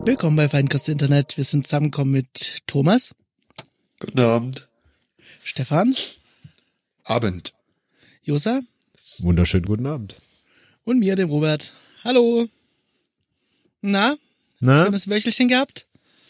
Willkommen bei Feinkast Internet. Wir sind zusammengekommen mit Thomas. Guten Abend. Stefan. Abend. Josa. Wunderschönen guten Abend. Und mir, dem Robert. Hallo. Na? Schönes Wöchelchen gehabt?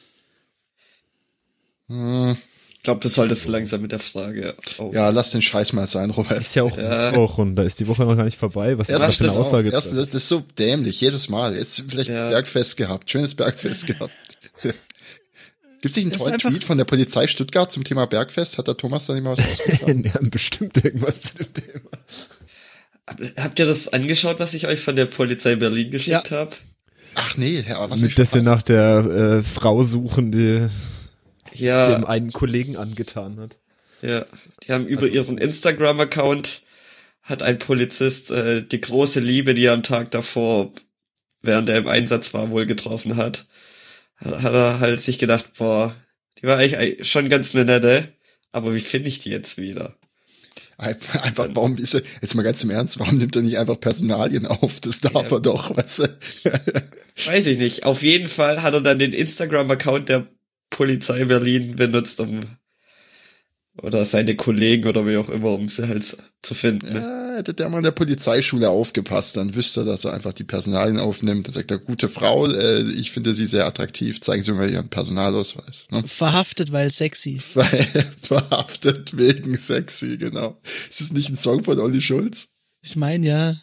Ich glaube, das solltest du langsam mit der Frage auf. Ja, lass den Scheiß mal sein, Robert. Das ist ja auch Mittwoch und da ist die Woche noch gar nicht vorbei. Was ist das für eine Aussage? Das ist so dämlich, jedes Mal. Jetzt vielleicht Bergfest gehabt, schönes Bergfest gehabt. Gibt's nicht einen tollen Tweet von der Polizei Stuttgart zum Thema Bergfest? Hat der Thomas da nicht mal was ausgetragen? Die haben bestimmt irgendwas zu dem Thema. Habt ihr das angeschaut, was ich euch von der Polizei Berlin geschickt habe? Ach nee, aber was mit, dass sie nach der Frau suchen, die es dem einen Kollegen angetan hat. Ja, die haben über ihren Instagram-Account hat ein Polizist die große Liebe, die er am Tag davor, während er im Einsatz war, wohl getroffen hat er halt sich gedacht, boah, die war eigentlich schon ganz eine nette, aber wie finde ich die jetzt wieder? Einfach, warum ist er, jetzt mal ganz im Ernst, warum nimmt er nicht einfach Personalien auf? Das darf er doch, weißt du? Weiß ich nicht. Auf jeden Fall hat er dann den Instagram-Account der Polizei Berlin benutzt, oder seine Kollegen oder wie auch immer, um sie halt zu finden. Ja, hätte der mal in der Polizeischule aufgepasst, dann wüsste er, dass er einfach die Personalien aufnimmt. Dann sagt er, gute Frau, ich finde sie sehr attraktiv, zeigen Sie mir mal Ihren Personalausweis. Ne? Verhaftet, weil sexy. Verhaftet wegen sexy, genau. Ist das nicht ein Song von Olli Schulz? Ich meine, ja.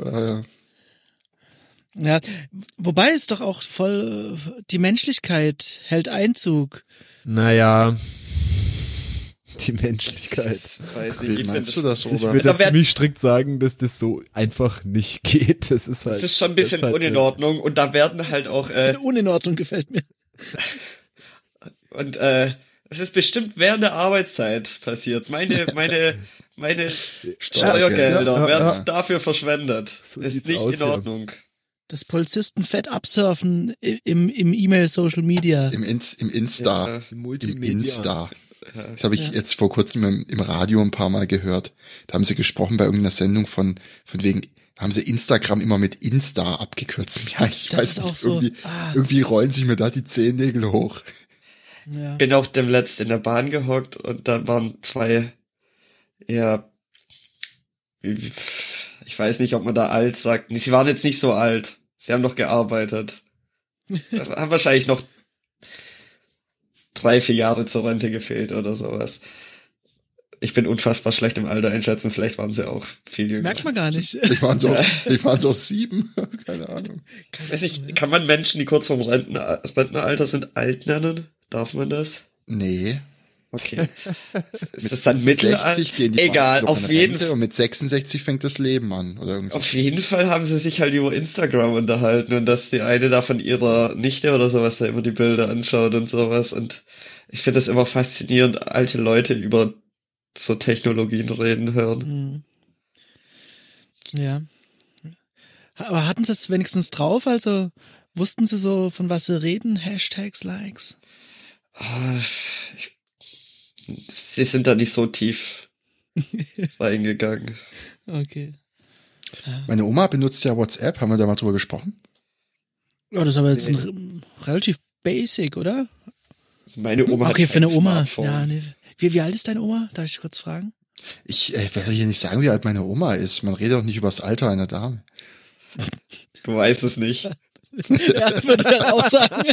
Ja, wobei es doch auch voll, die Menschlichkeit hält Einzug. Naja, die Menschlichkeit. Weiß nicht, Wie meinst du das, Robert? Ich würde ziemlich strikt sagen, dass das so einfach nicht geht. Das ist halt. Das ist schon ein bisschen Unordnung und da werden halt auch. Unordnung gefällt mir. Und es ist bestimmt während der Arbeitszeit passiert. Meine Steuergelder werden dafür verschwendet. So ist sieht's nicht aus, in Ordnung. Das Polizisten fett absurfen im E-Mail Social Media. Im Insta. Ja, Im Insta. Das habe ich jetzt vor kurzem im Radio ein paar Mal gehört. Da haben sie gesprochen bei irgendeiner Sendung von wegen, haben sie Instagram immer mit Insta abgekürzt. Ja, ich das weiß ist nicht, auch so. irgendwie rollen sich mir da die Zehennägel hoch. Ja. Bin auch demnächst in der Bahn gehockt und da waren zwei, ich weiß nicht, ob man da alt sagt. Nee, sie waren jetzt nicht so alt. Sie haben doch gearbeitet. Haben wahrscheinlich noch 3-4 Jahre zur Rente gefehlt oder sowas. Ich bin unfassbar schlecht im Alter einschätzen. Vielleicht waren sie auch viel jünger. Merkt man gar nicht. Ich waren so auf 7. Keine Ahnung. Weiß nicht, kann man Menschen, die kurz vorm Rentneralter sind, alt nennen? Darf man das? Nee. Okay. Ist das dann Mittelalter? 60 gehen die Egal, meisten auf jeden Fall. Und mit 66 fängt das Leben an, oder irgendwas. Auf jeden Fall haben sie sich halt über Instagram unterhalten und dass die eine da von ihrer Nichte oder sowas da immer die Bilder anschaut und sowas. Und ich finde das immer faszinierend, alte Leute über so Technologien reden hören. Ja. Aber hatten sie es wenigstens drauf? Also wussten sie so, von was sie reden? Hashtags, Likes? Sie sind da nicht so tief reingegangen. Okay. Ja. Meine Oma benutzt ja WhatsApp, haben wir da mal drüber gesprochen? Ja, das ist aber jetzt relativ basic, oder? Meine Oma hat okay, für eine Oma. Smartphone. Ja, nee. Wie alt ist deine Oma? Darf ich kurz fragen? Ich werde hier nicht sagen, wie alt meine Oma ist. Man redet doch nicht über das Alter einer Dame. Du weißt es nicht. Ja, würde ich auch sagen.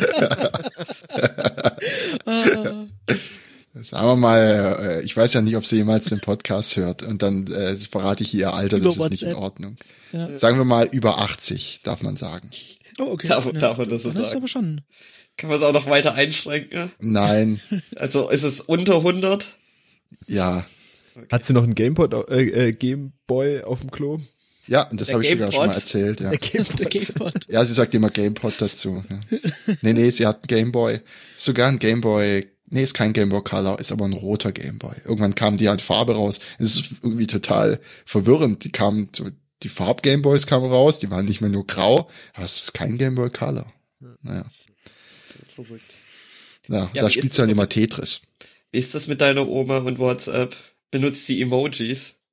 Sagen wir mal, ich weiß ja nicht, ob sie jemals den Podcast hört und dann verrate ich ihr Alter, das ist nicht in Ordnung. Ja. Sagen wir mal, über 80, darf man sagen. Oh, okay. Darf man das so Dann ist sagen? aber schon. Kann man es auch noch weiter einschränken? Nein, Also ist es unter 100? ja. Hat sie noch einen Gameboy auf dem Klo? Ja, und das Der habe ich sogar schon mal Gamepod? erzählt, ja. Der Gamepod. Ja, sie sagt immer Gamepod dazu. Ja. Nee, sie hat einen Gameboy. Sogar ein Gameboy. Nee, ist kein Gameboy Color, ist aber ein roter Gameboy. Irgendwann kam die halt Farbe raus. Es ist irgendwie total verwirrend. Die Farb-Gameboys kamen raus, die waren nicht mehr nur grau, aber es ist kein Gameboy Color. Naja. Verrückt. Ja, Ja, da wie spielt ist sie dann das immer Tetris. Wie ist das mit deiner Oma und WhatsApp? Benutzt sie Emojis?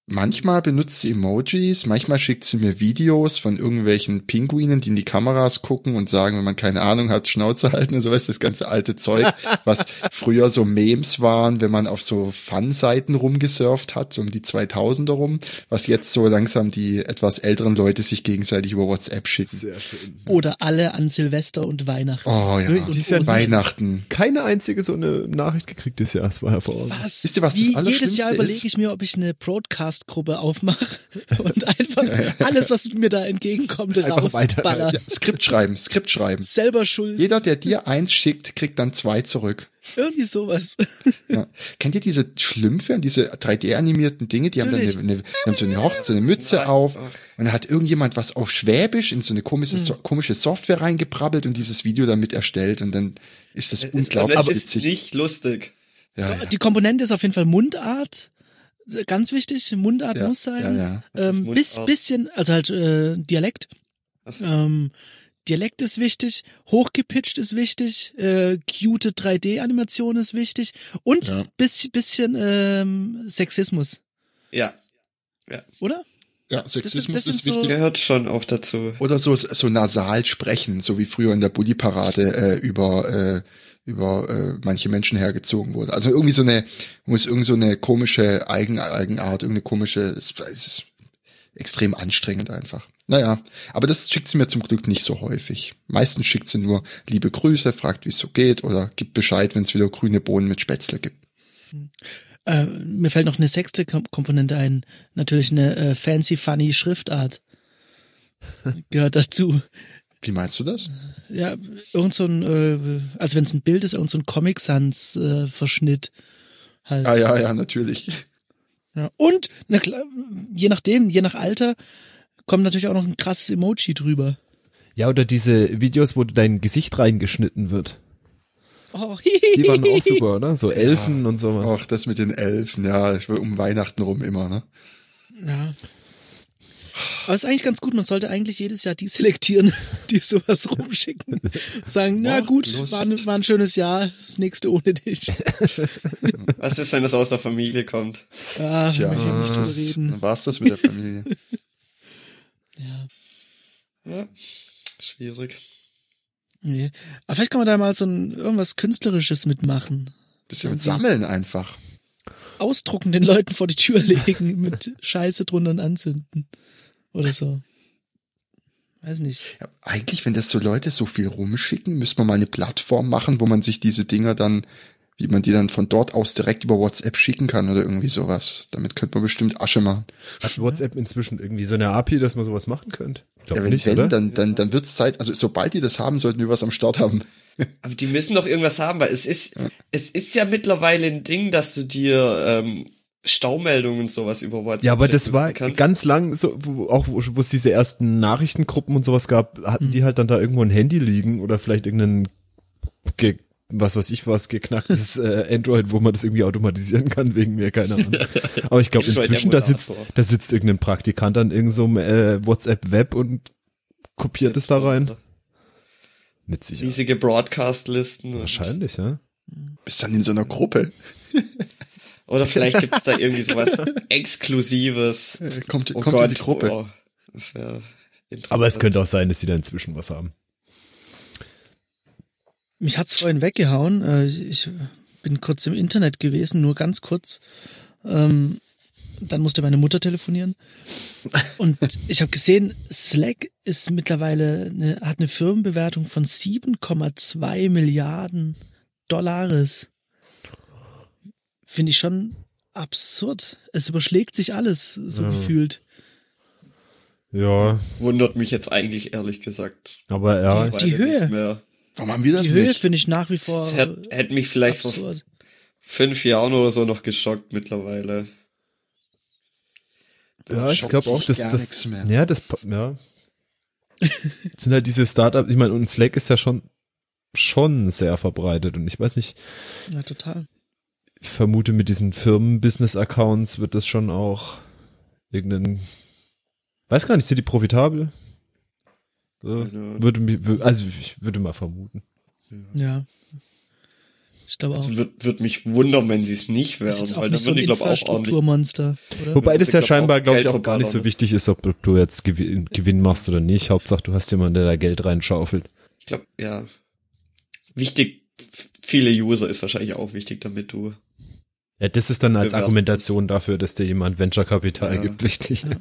manchmal benutzt sie Emojis, manchmal schickt sie mir Videos von irgendwelchen Pinguinen, die in die Kameras gucken und sagen, wenn man keine Ahnung hat, Schnauze halten und so was, das ganze alte Zeug, was früher so Memes waren, wenn man auf so Fun-Seiten rumgesurft hat, so um die 2000er rum, was jetzt so langsam die etwas älteren Leute sich gegenseitig über WhatsApp schicken. Sehr schön. Oder alle an Silvester und Weihnachten. Oh ja, Und dieses Jahr Weihnachten. Keine einzige so eine Nachricht gekriegt dieses Jahr. Das war hervorragend. Was? Wisst ihr, was das Jedes Allerschlimmste Jahr überlege ist? ich mir, ob ich eine Broadcast-Gruppe aufmache und einfach alles, was mir da entgegenkommt, Einfach weiter. rausballer. Ja, Skript schreiben. Selber schuld. Jeder, der dir 1 schickt, kriegt dann 2 zurück. Irgendwie sowas. Ja. Kennt ihr diese Schlümpfe und diese 3D-animierten Dinge? Die haben dann Natürlich. die haben so eine Mütze auf und dann hat irgendjemand was auf Schwäbisch in so eine komische Software reingebrabbelt und dieses Video damit erstellt und dann ist das unglaublich Aber es ist witzig. nicht lustig. Ja. Die Komponente ist auf jeden Fall Mundart. Ganz wichtig, Mundart Ja, muss sein. ja. Was ist Mundart? Bisschen, also halt Dialekt. Ach so. Dialekt ist wichtig, hochgepitcht ist wichtig, cute 3D-Animation ist wichtig und Ja. bisschen Sexismus, Ja, oder? Ja, Sexismus das sind ist so- wichtig. gehört schon auch dazu. Oder so nasal sprechen, so wie früher in der Bulli-Parade über manche Menschen hergezogen wurde. Also irgendwie muss irgend so eine komische Eigenart, irgendeine komische, es ist extrem anstrengend einfach. Naja, aber das schickt sie mir zum Glück nicht so häufig. Meistens schickt sie nur liebe Grüße, fragt, wie es so geht oder gibt Bescheid, wenn es wieder grüne Bohnen mit Spätzle gibt. Mir fällt noch eine sechste Komponente ein, natürlich eine fancy, funny Schriftart gehört dazu. Wie meinst du das? Ja, irgend so ein, also wenn es ein Bild ist, irgend so ein Comic-Sans-Verschnitt halt. Ah ja, natürlich. Ja. Und je nach Alter kommt natürlich auch noch ein krasses Emoji drüber. Ja, oder diese Videos, wo dein Gesicht reingeschnitten wird. Oh, Die waren auch super, oder? So Elfen und sowas. Ach, das mit den Elfen, ja, ich will um Weihnachten rum immer, ne? Ja. Aber es ist eigentlich ganz gut, man sollte eigentlich jedes Jahr die selektieren, die sowas rumschicken. Sagen, na gut, Lust. war ein schönes Jahr, das nächste ohne dich. Was ist, wenn es aus der Familie kommt? Ja, Tja, möchte ich nicht so das, reden. dann war's das mit der Familie. Ja. Ja, schwierig. Nee. Aber vielleicht kann man da mal so irgendwas Künstlerisches mitmachen. Bisschen mit Sammeln einfach. Ausdrucken, den Leuten vor die Tür legen, mit Scheiße drunter und anzünden. Oder so. Weiß nicht. Ja, eigentlich, wenn das so Leute so viel rumschicken, müsste man mal eine Plattform machen, wo man sich diese Dinger dann, wie man die dann von dort aus direkt über WhatsApp schicken kann oder irgendwie sowas. Damit könnte man bestimmt Asche machen. Hat WhatsApp inzwischen irgendwie so eine API, dass man sowas machen könnte? Ich glaube Ja, wenn, nicht, oder? dann wird's Zeit, also sobald die das haben, sollten wir was am Start haben. Aber die müssen doch irgendwas haben, weil es ist ja mittlerweile ein Ding, dass du dir Staumeldungen und sowas über WhatsApp Ja, aber das war kannst. ganz lang, so, wo es diese ersten Nachrichtengruppen und sowas gab, hatten die halt dann da irgendwo ein Handy liegen oder vielleicht irgendeinen, was weiß ich was, geknacktes Android, wo man das irgendwie automatisieren kann, wegen mir, keine Ahnung. Aber ich glaube inzwischen, da sitzt irgendein Praktikant an irgendeinem so WhatsApp-Web und kopiert es da rein. Mit Sicherheit. Riesige Broadcast-Listen. Wahrscheinlich, ja. Bist dann in so einer Gruppe. Oder vielleicht gibt's da irgendwie sowas Exklusives. Kommt Oh in Gott, die Gruppe. oh, das wäre interessant. Aber es könnte auch sein, dass sie da inzwischen was haben. Mich hat's vorhin weggehauen. Ich bin kurz im Internet gewesen, nur ganz kurz. Dann musste meine Mutter telefonieren. Und ich habe gesehen, Slack ist mittlerweile hat eine Firmenbewertung von 7,2 Milliarden $. Finde ich schon absurd. Es überschlägt sich alles, so gefühlt. Ja, Wundert mich jetzt eigentlich ehrlich gesagt. aber ja. Die Höhe. Nicht mehr. Warum haben wir das Die Höhe nicht? finde ich nach wie vor Das hätte mich vielleicht vor absurd. 5 Jahren oder so noch geschockt mittlerweile. Ja, ich Schockt glaube auch, sich dass gar das, nichts mehr. ja, das, ja. Das sind halt diese Startups, ich meine, und Slack ist ja schon sehr verbreitet und ich weiß nicht, Ja, total. ich vermute mit diesen Firmen-Business-Accounts wird das schon auch irgendeinen, weiß gar nicht, sind die profitabel? Keine Ahnung. Ich würde mal vermuten. Ja. Ich glaube auch. Also wird mich wundern, wenn sie es nicht Das ist wären, jetzt auch weil nicht dann so ein würden die, glaube ich, auch ordentlich. Infrastrukturmonster, oder? Wobei das Ich ja glaub scheinbar, auch glaube ich, Geld auch gar nicht so verballern. wichtig ist, ob du jetzt Gewinn machst oder nicht. Hauptsache, du hast jemanden, der da Geld reinschaufelt. Ich glaube, ja. Wichtig, viele User ist wahrscheinlich auch wichtig, damit du. Ja, das ist dann als Bewerten Argumentation dafür, dass dir jemand Venture-Kapital Ja. gibt, wichtig. Ja.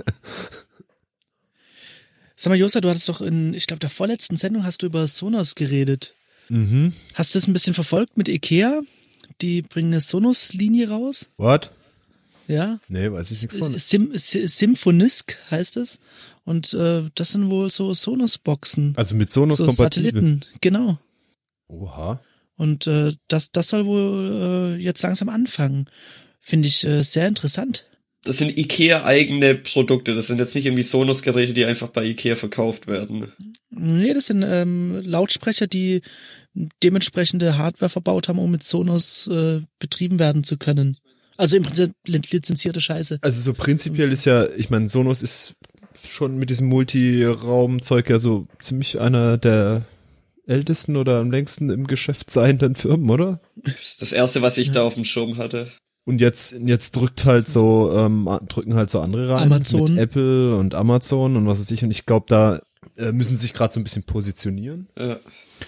Sag mal, Josa, du hattest doch ich glaube, der vorletzten Sendung hast du über Sonos geredet. Mhm. Hast du das ein bisschen verfolgt mit Ikea? Die bringen eine Sonos-Linie raus. What? Ja. Nee, weiß ich nichts von. Symphonisk heißt es. Und das sind wohl so Sonos-Boxen. Also mit Sonos So kompatibel. Satelliten, genau. Oha. Und das soll wohl jetzt langsam anfangen. Finde ich sehr interessant. Das sind Ikea-eigene Produkte. Das sind jetzt nicht irgendwie Sonos-Geräte, die einfach bei Ikea verkauft werden. Nee, das sind Lautsprecher, die dementsprechende Hardware verbaut haben, um mit Sonos betrieben werden zu können. Also im Prinzip lizenzierte Scheiße. Also so prinzipiell ist ja, ich meine, Sonos ist schon mit diesem Multiraum-Zeug ja so ziemlich einer der ältesten oder am längsten im Geschäft seienden Firmen, oder? Das ist das erste, was ich da auf dem Schirm hatte. Und jetzt drücken halt so andere rein. Amazon. Mit Apple und Amazon und was weiß ich. Und ich glaube, da müssen sie sich gerade so ein bisschen positionieren. Ja.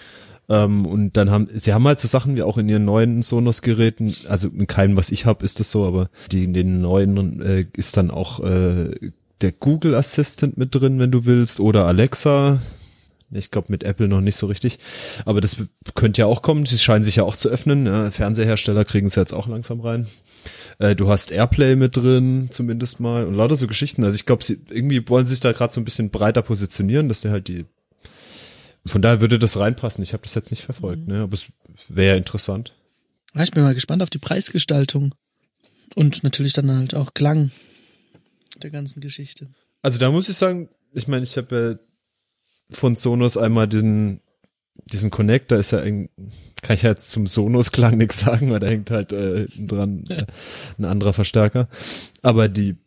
Und dann sie haben halt so Sachen wie auch in ihren neuen Sonos-Geräten, also in keinem, was ich habe, ist das so, aber in den neuen ist dann auch der Google Assistant mit drin, wenn du willst, oder Alexa. Ich glaube mit Apple noch nicht so richtig, aber das könnte ja auch kommen, die scheinen sich ja auch zu öffnen, ja, Fernsehersteller kriegen es jetzt auch langsam rein. Du hast Airplay mit drin, zumindest mal, und lauter so Geschichten, also ich glaube, irgendwie wollen sie sich da gerade so ein bisschen breiter positionieren, dass der halt von daher würde das reinpassen, ich habe das jetzt nicht verfolgt, ne, aber es wäre ja interessant. Ja, ich bin mal gespannt auf die Preisgestaltung. Und natürlich dann halt auch Klang der ganzen Geschichte. Also da muss ich sagen, ich meine, ich habe ja von Sonos einmal diesen Connect, da ist ja kann ich ja jetzt zum Sonos-Klang nichts sagen, weil da hängt halt dran ein anderer Verstärker. Aber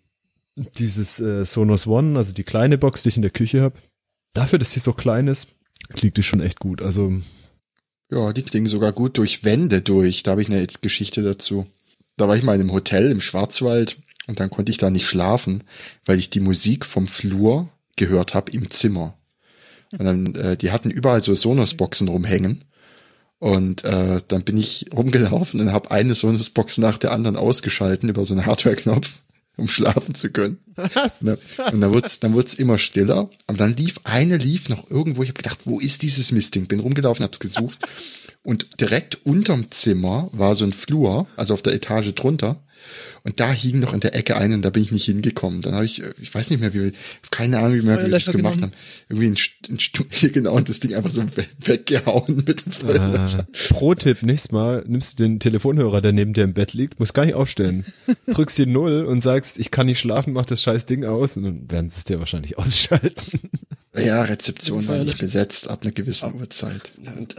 dieses Sonos One, also die kleine Box, die ich in der Küche habe, dafür, dass sie so klein ist, klingt die schon echt gut. Also Ja, die klingen sogar gut durch Wände durch. Da habe ich eine Geschichte dazu. Da war ich mal in einem Hotel im Schwarzwald und dann konnte ich da nicht schlafen, weil ich die Musik vom Flur gehört habe im Zimmer. Und dann, die hatten überall so Sonos-Boxen rumhängen. Und dann bin ich rumgelaufen und habe eine Sonos-Box nach der anderen ausgeschalten über so einen Hardware-Knopf, um schlafen zu können. was? Und dann wurd's immer stiller. Aber dann lief noch irgendwo. Ich habe gedacht, wo ist dieses Mistding? Bin rumgelaufen, hab's gesucht. Und direkt unterm Zimmer war so ein Flur, also auf der Etage drunter. Und da hing noch in der Ecke eine und da bin ich nicht hingekommen. Dann habe ich weiß nicht mehr, keine Ahnung, wie wir das gemacht haben. Irgendwie genau, und das Ding einfach so weggehauen mit dem Feuerlöscher. Pro-Tipp, nächstes Mal nimmst du den Telefonhörer, der neben dir im Bett liegt, musst gar nicht aufstellen. Drückst die 0 und sagst, ich kann nicht schlafen, mach das scheiß Ding aus und dann werden sie es dir wahrscheinlich ausschalten. Ja, Rezeption war nicht besetzt ab einer gewissen Uhrzeit. Und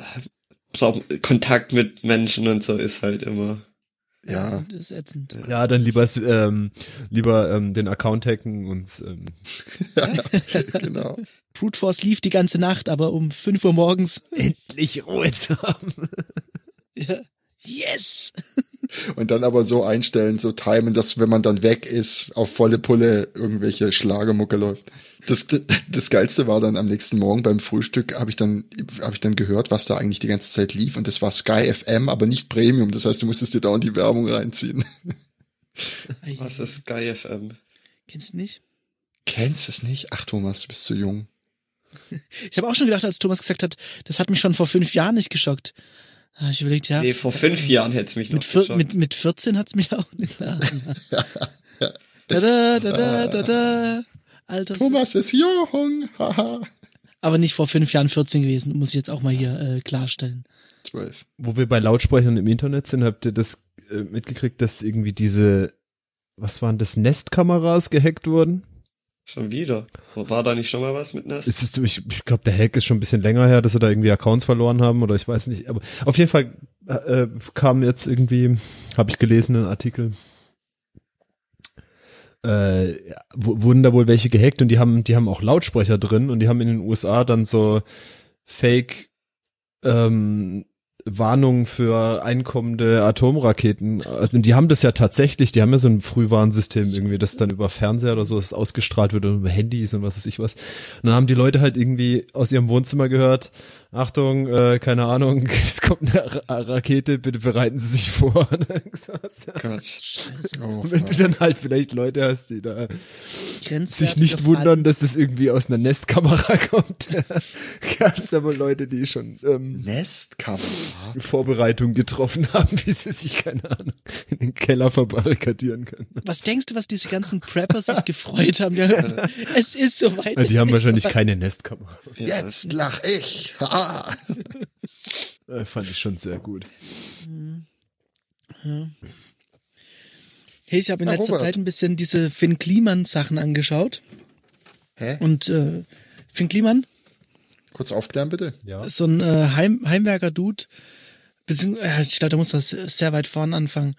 Kontakt mit Menschen und so ist halt immer. Ja. Das ist ätzend. Ja, dann lieber den Account hacken und Genau. Brute Force lief die ganze Nacht, aber um 5 Uhr morgens. endlich Ruhe zu haben. Ja. Yes! Und dann aber so einstellen, so timen, dass wenn man dann weg ist, auf volle Pulle irgendwelche Schlagermucke läuft. Das Geilste war dann am nächsten Morgen beim Frühstück, habe ich dann gehört, was da eigentlich die ganze Zeit lief. Und das war Sky FM, aber nicht Premium. Das heißt, du musstest dir dauernd die Werbung reinziehen. Was ist Sky FM? Kennst du nicht? Kennst es nicht? Ach Thomas, du bist zu jung. Ich habe auch schon gedacht, als Thomas gesagt hat, das hat mich schon vor 5 Jahren nicht geschockt. Da habe ich überlegt, ja. Nee, vor 5 Jahren hätte es mich noch geschockt. Mit 14 hat's mich auch nicht. Da. Alter. Thomas ist jung, haha. Aber nicht vor 5 Jahren 14 gewesen, muss ich jetzt auch mal hier klarstellen. 12. Wo wir bei Lautsprechern im Internet sind, habt ihr das mitgekriegt, dass irgendwie was waren das, Nest-Kameras gehackt wurden? Schon wieder. War da nicht schon mal was mit Nest? Ich glaube, der Hack ist schon ein bisschen länger her, dass sie da irgendwie Accounts verloren haben oder ich weiß nicht. Aber auf jeden Fall kam jetzt irgendwie, habe ich gelesen, einen Artikel, wurden da wohl welche gehackt und die haben auch Lautsprecher drin und die haben in den USA dann so Fake Warnung für einkommende Atomraketen. Und die haben das ja tatsächlich, die haben ja so ein Frühwarnsystem irgendwie, das dann über Fernseher oder so das ausgestrahlt wird und über Handys und was weiß ich was. Und dann haben die Leute halt irgendwie aus ihrem Wohnzimmer gehört, Achtung, keine Ahnung, es kommt eine Rakete, bitte bereiten Sie sich vor. Gott. Oh, Wenn du dann halt vielleicht Leute hast, die da Grenzwertige sich nicht Fallen. wundern, dass das irgendwie aus einer Nestkamera kommt. Gab es aber Leute, die schon Nestkamera. Vorbereitungen getroffen haben, wie sie sich, keine Ahnung, in den Keller verbarrikadieren können. Was denkst du, was diese ganzen Prepper sich gefreut haben? Ja, es ist soweit. Die es haben ist wahrscheinlich soweit. keine Nestkamera. Jetzt lach ich. Ha. Fand ich schon sehr gut. Hey, ich habe in Ja, letzter Robert. Zeit ein bisschen diese Finn Kliman Sachen angeschaut. Hä? Und Finn Kliman, Kurz aufklären, bitte. Ja. so ein Heimwerker-Dude, beziehungsweise, ich glaube, da muss das sehr weit vorne anfangen.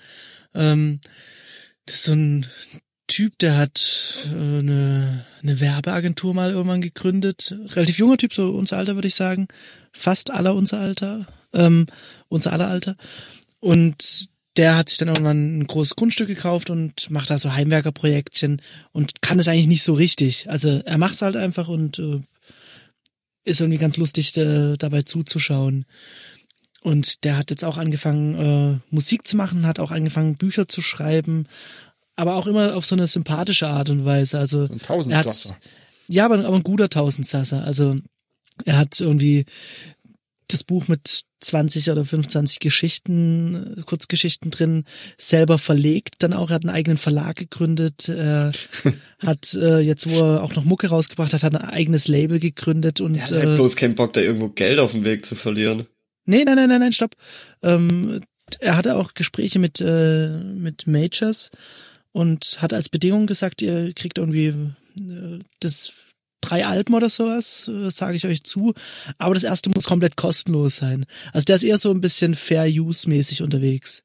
Das ist so ein Typ, der hat eine Werbeagentur mal irgendwann gegründet. Relativ junger Typ, so unser Alter, würde ich sagen. Fast aller unser Alter. Unser aller Alter. Und der hat sich dann irgendwann ein großes Grundstück gekauft und macht da so Heimwerkerprojektchen und kann es eigentlich nicht so richtig. Also er macht es halt einfach und ist irgendwie ganz lustig dabei zuzuschauen. Und der hat jetzt auch angefangen, Musik zu machen, hat auch angefangen, Bücher zu schreiben, aber auch immer auf so eine sympathische Art und Weise. Also So ein Tausendsasser. ja, aber ein guter Tausendsasser. Also er hat irgendwie das Buch mit 20 oder 25 Geschichten, Kurzgeschichten drin, selber verlegt dann auch. Er hat einen eigenen Verlag gegründet. Er hat jetzt, wo er auch noch Mucke rausgebracht hat, hat ein eigenes Label gegründet. Und Der hat halt bloß keinen Bock, da irgendwo Geld auf dem Weg zu verlieren. Nee, stopp. Er hatte auch Gespräche mit Majors und hat als Bedingung gesagt, ihr kriegt irgendwie das 3 Alben oder sowas, sage ich euch zu. Aber das erste muss komplett kostenlos sein. Also der ist eher so ein bisschen Fair-Use-mäßig unterwegs.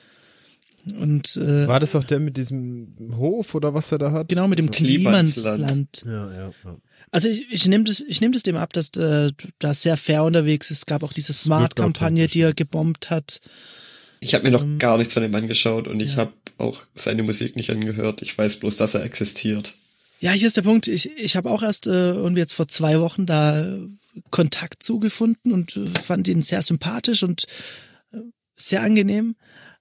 Und War das auch der mit diesem Hof oder was er da hat? genau mit dem so Klimansland. Klimansland. Ja. Also ich nehm das dem ab, dass da sehr fair unterwegs ist. Es gab auch diese Smart-Kampagne, die er gebombt hat. Ich habe mir noch gar nichts von dem angeschaut und ich habe auch seine Musik nicht angehört. Ich weiß bloß, dass er existiert. Ja, hier ist der Punkt. Ich habe auch erst irgendwie jetzt vor 2 Wochen da Kontakt zugefunden und fand ihn sehr sympathisch und sehr angenehm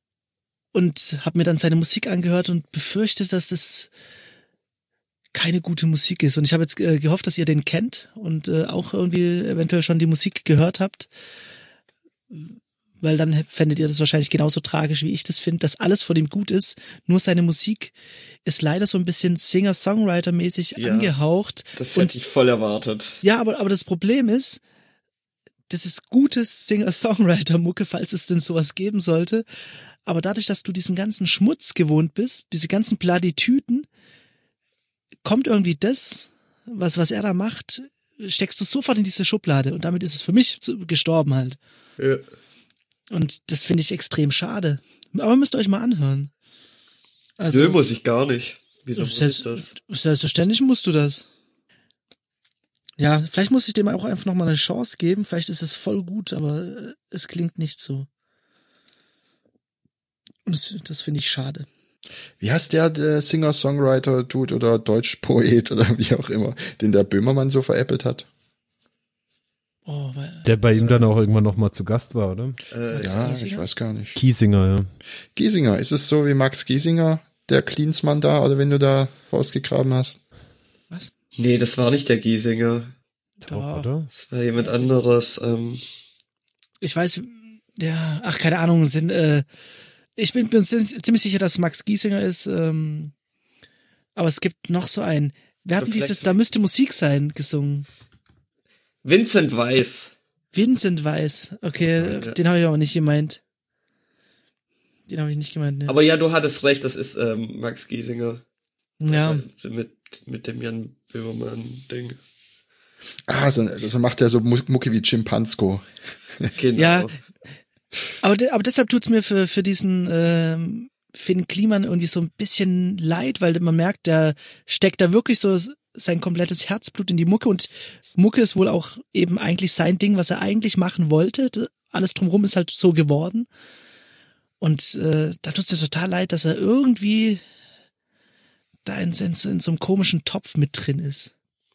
und habe mir dann seine Musik angehört und befürchtet, dass das keine gute Musik ist. Und ich habe jetzt gehofft, dass ihr den kennt und auch irgendwie eventuell schon die Musik gehört habt, weil dann fändet ihr das wahrscheinlich genauso tragisch, wie ich das finde, dass alles von ihm gut ist. Nur seine Musik ist leider so ein bisschen Singer-Songwriter-mäßig angehaucht. Das hätte ich voll erwartet. Ja, aber das Problem ist, das ist gutes Singer-Songwriter-Mucke, falls es denn sowas geben sollte. Aber dadurch, dass du diesen ganzen Schmutz gewohnt bist, diese ganzen Plattitüden, kommt irgendwie das, was er da macht, steckst du sofort in diese Schublade. Und damit ist es für mich gestorben halt. Ja. Und das finde ich extrem schade. Aber müsst ihr euch mal anhören. Also, Nö, muss ich gar nicht. Wieso muss ich das? Selbstverständlich musst du das. Ja, vielleicht muss ich dem auch einfach nochmal eine Chance geben. Vielleicht ist es voll gut, aber es klingt nicht so. Und das finde ich schade. Wie heißt der Singer-Songwriter-Dude oder Deutschpoet oder wie auch immer, den der Böhmermann so veräppelt hat? Oh, Der bei ihm dann auch irgendwann noch mal zu Gast war, oder? Ja, Giesinger? ich weiß gar nicht. Kiesinger, ja. Giesinger, ist es so wie Max Giesinger, der Cleansmann da, oder wenn du da rausgegraben hast? was? Nee, das war nicht der Giesinger. Doch, oder? Das war jemand anderes. Ich weiß, ja, ach, keine Ahnung, ich bin ziemlich sicher, dass Max Giesinger ist, aber es gibt noch so einen. Wir hatten Vielleicht- dieses Da müsste Musik sein gesungen. Vincent Weiss. Vincent Weiss. Okay, Ja. den habe ich aber nicht gemeint. Den habe ich nicht gemeint, ne? Aber ja, du hattest recht, das ist Max Giesinger. Ja. Mit dem Jan Böhmermann-Ding. Ah, so macht er so Mucke wie Jim Pansko. Genau. Ja, aber deshalb tut's mir für diesen Finn Kliman irgendwie so ein bisschen leid, weil man merkt, der steckt da wirklich so sein komplettes Herzblut in die Mucke und Mucke ist wohl auch eben eigentlich sein Ding, was er eigentlich machen wollte. Alles drumherum ist halt so geworden. Und da tut's mir total leid, dass er irgendwie da in so einem komischen Topf mit drin ist.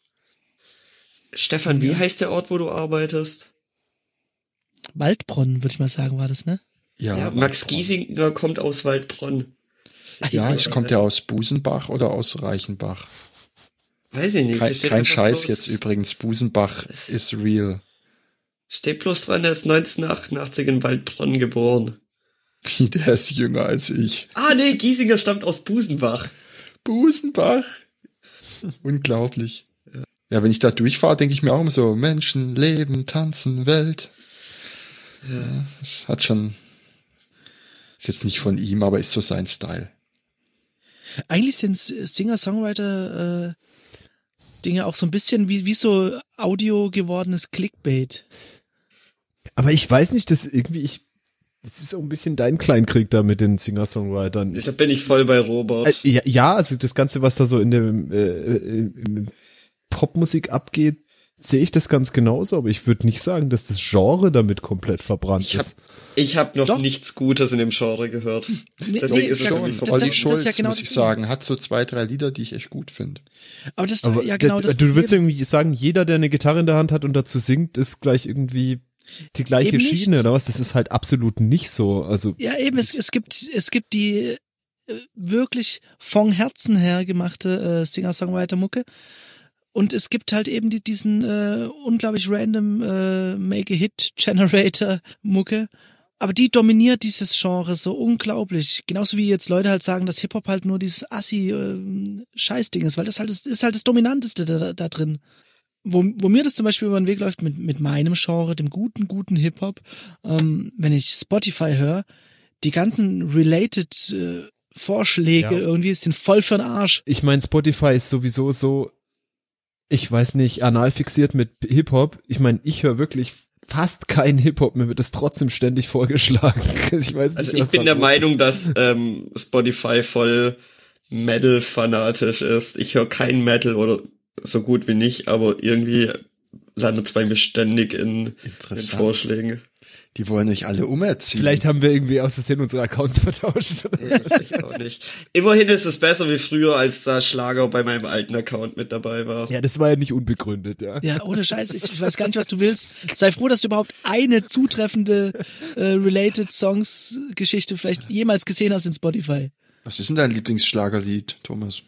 Stefan, wie heißt der Ort, wo du arbeitest? Waldbronn, würde ich mal sagen, war das, ne? Ja, Max Giesinger kommt aus Waldbronn. Ja, kommt ja aus Busenbach oder aus Reichenbach. Weiß ich nicht. Kein Scheiß jetzt übrigens, Busenbach ist real. Steht bloß dran, er ist 1988 in Waldbronn geboren. Wie, der ist jünger als ich. Ah, nee, Giesinger stammt aus Busenbach. Busenbach. Unglaublich. Ja, wenn ich da durchfahre, denke ich mir auch immer so, Menschen, Leben, Tanzen, Welt. Ja, das hat schon, ist jetzt nicht von ihm, aber ist so sein Style. Eigentlich sind Singer-Songwriter Dinge auch so ein bisschen wie so Audio gewordenes Clickbait. Aber ich weiß nicht, das ist auch ein bisschen dein Kleinkrieg da mit den Singer-Songwritern. Da bin ich voll bei Robert. Ja, also das Ganze, was da so in der Popmusik abgeht, sehe ich das ganz genauso, aber ich würde nicht sagen, dass das Genre damit komplett verbrannt ist. Ich hab noch nichts Gutes in dem Genre gehört. Deswegen ist es für mich vorbei. Olli Schulz, ja genau muss ich sagen, hat so 2, 3 Lieder, die ich echt gut finde. Aber das Aber ja genau das. Du würdest irgendwie sagen, jeder, der eine Gitarre in der Hand hat und dazu singt, ist gleich irgendwie die gleiche Eben Schiene, nicht. oder was? Das ist halt absolut nicht so. Also Ja, eben, es gibt die wirklich von Herzen her gemachte Singer-Songwriter-Mucke. Und es gibt halt eben diesen unglaublich random Make-a-Hit-Generator-Mucke. Aber die dominiert dieses Genre so unglaublich. Genauso wie jetzt Leute halt sagen, dass Hip-Hop halt nur dieses Assi-Scheißding ist, weil das halt ist halt das Dominanteste da drin. Wo mir das zum Beispiel über den Weg läuft mit meinem Genre, dem guten Hip-Hop, wenn ich Spotify höre, die ganzen related Vorschläge irgendwie sind voll für'n Arsch. ich meine, Spotify ist sowieso so, ich weiß nicht, anal fixiert mit Hip-Hop. Ich meine, ich höre wirklich fast kein Hip-Hop, mir wird es trotzdem ständig vorgeschlagen. Ich weiß nicht, Also ich bin der Meinung, dass Spotify voll Metal-fanatisch ist. Ich höre kein Metal oder so gut wie nicht, aber irgendwie landet es bei mir ständig in den Vorschlägen. Die wollen euch alle umerziehen. Vielleicht haben wir irgendwie aus Versehen unsere Accounts vertauscht. Ja, ich auch nicht. Immerhin ist es besser wie früher, als da Schlager bei meinem alten Account mit dabei war. Ja, das war ja nicht unbegründet, ja. Ja, ohne Scheiß, ich weiß gar nicht, was du willst. Sei froh, dass du überhaupt eine zutreffende Related Songs Geschichte vielleicht jemals gesehen hast in Spotify. Was ist denn dein Lieblingsschlagerlied, Thomas?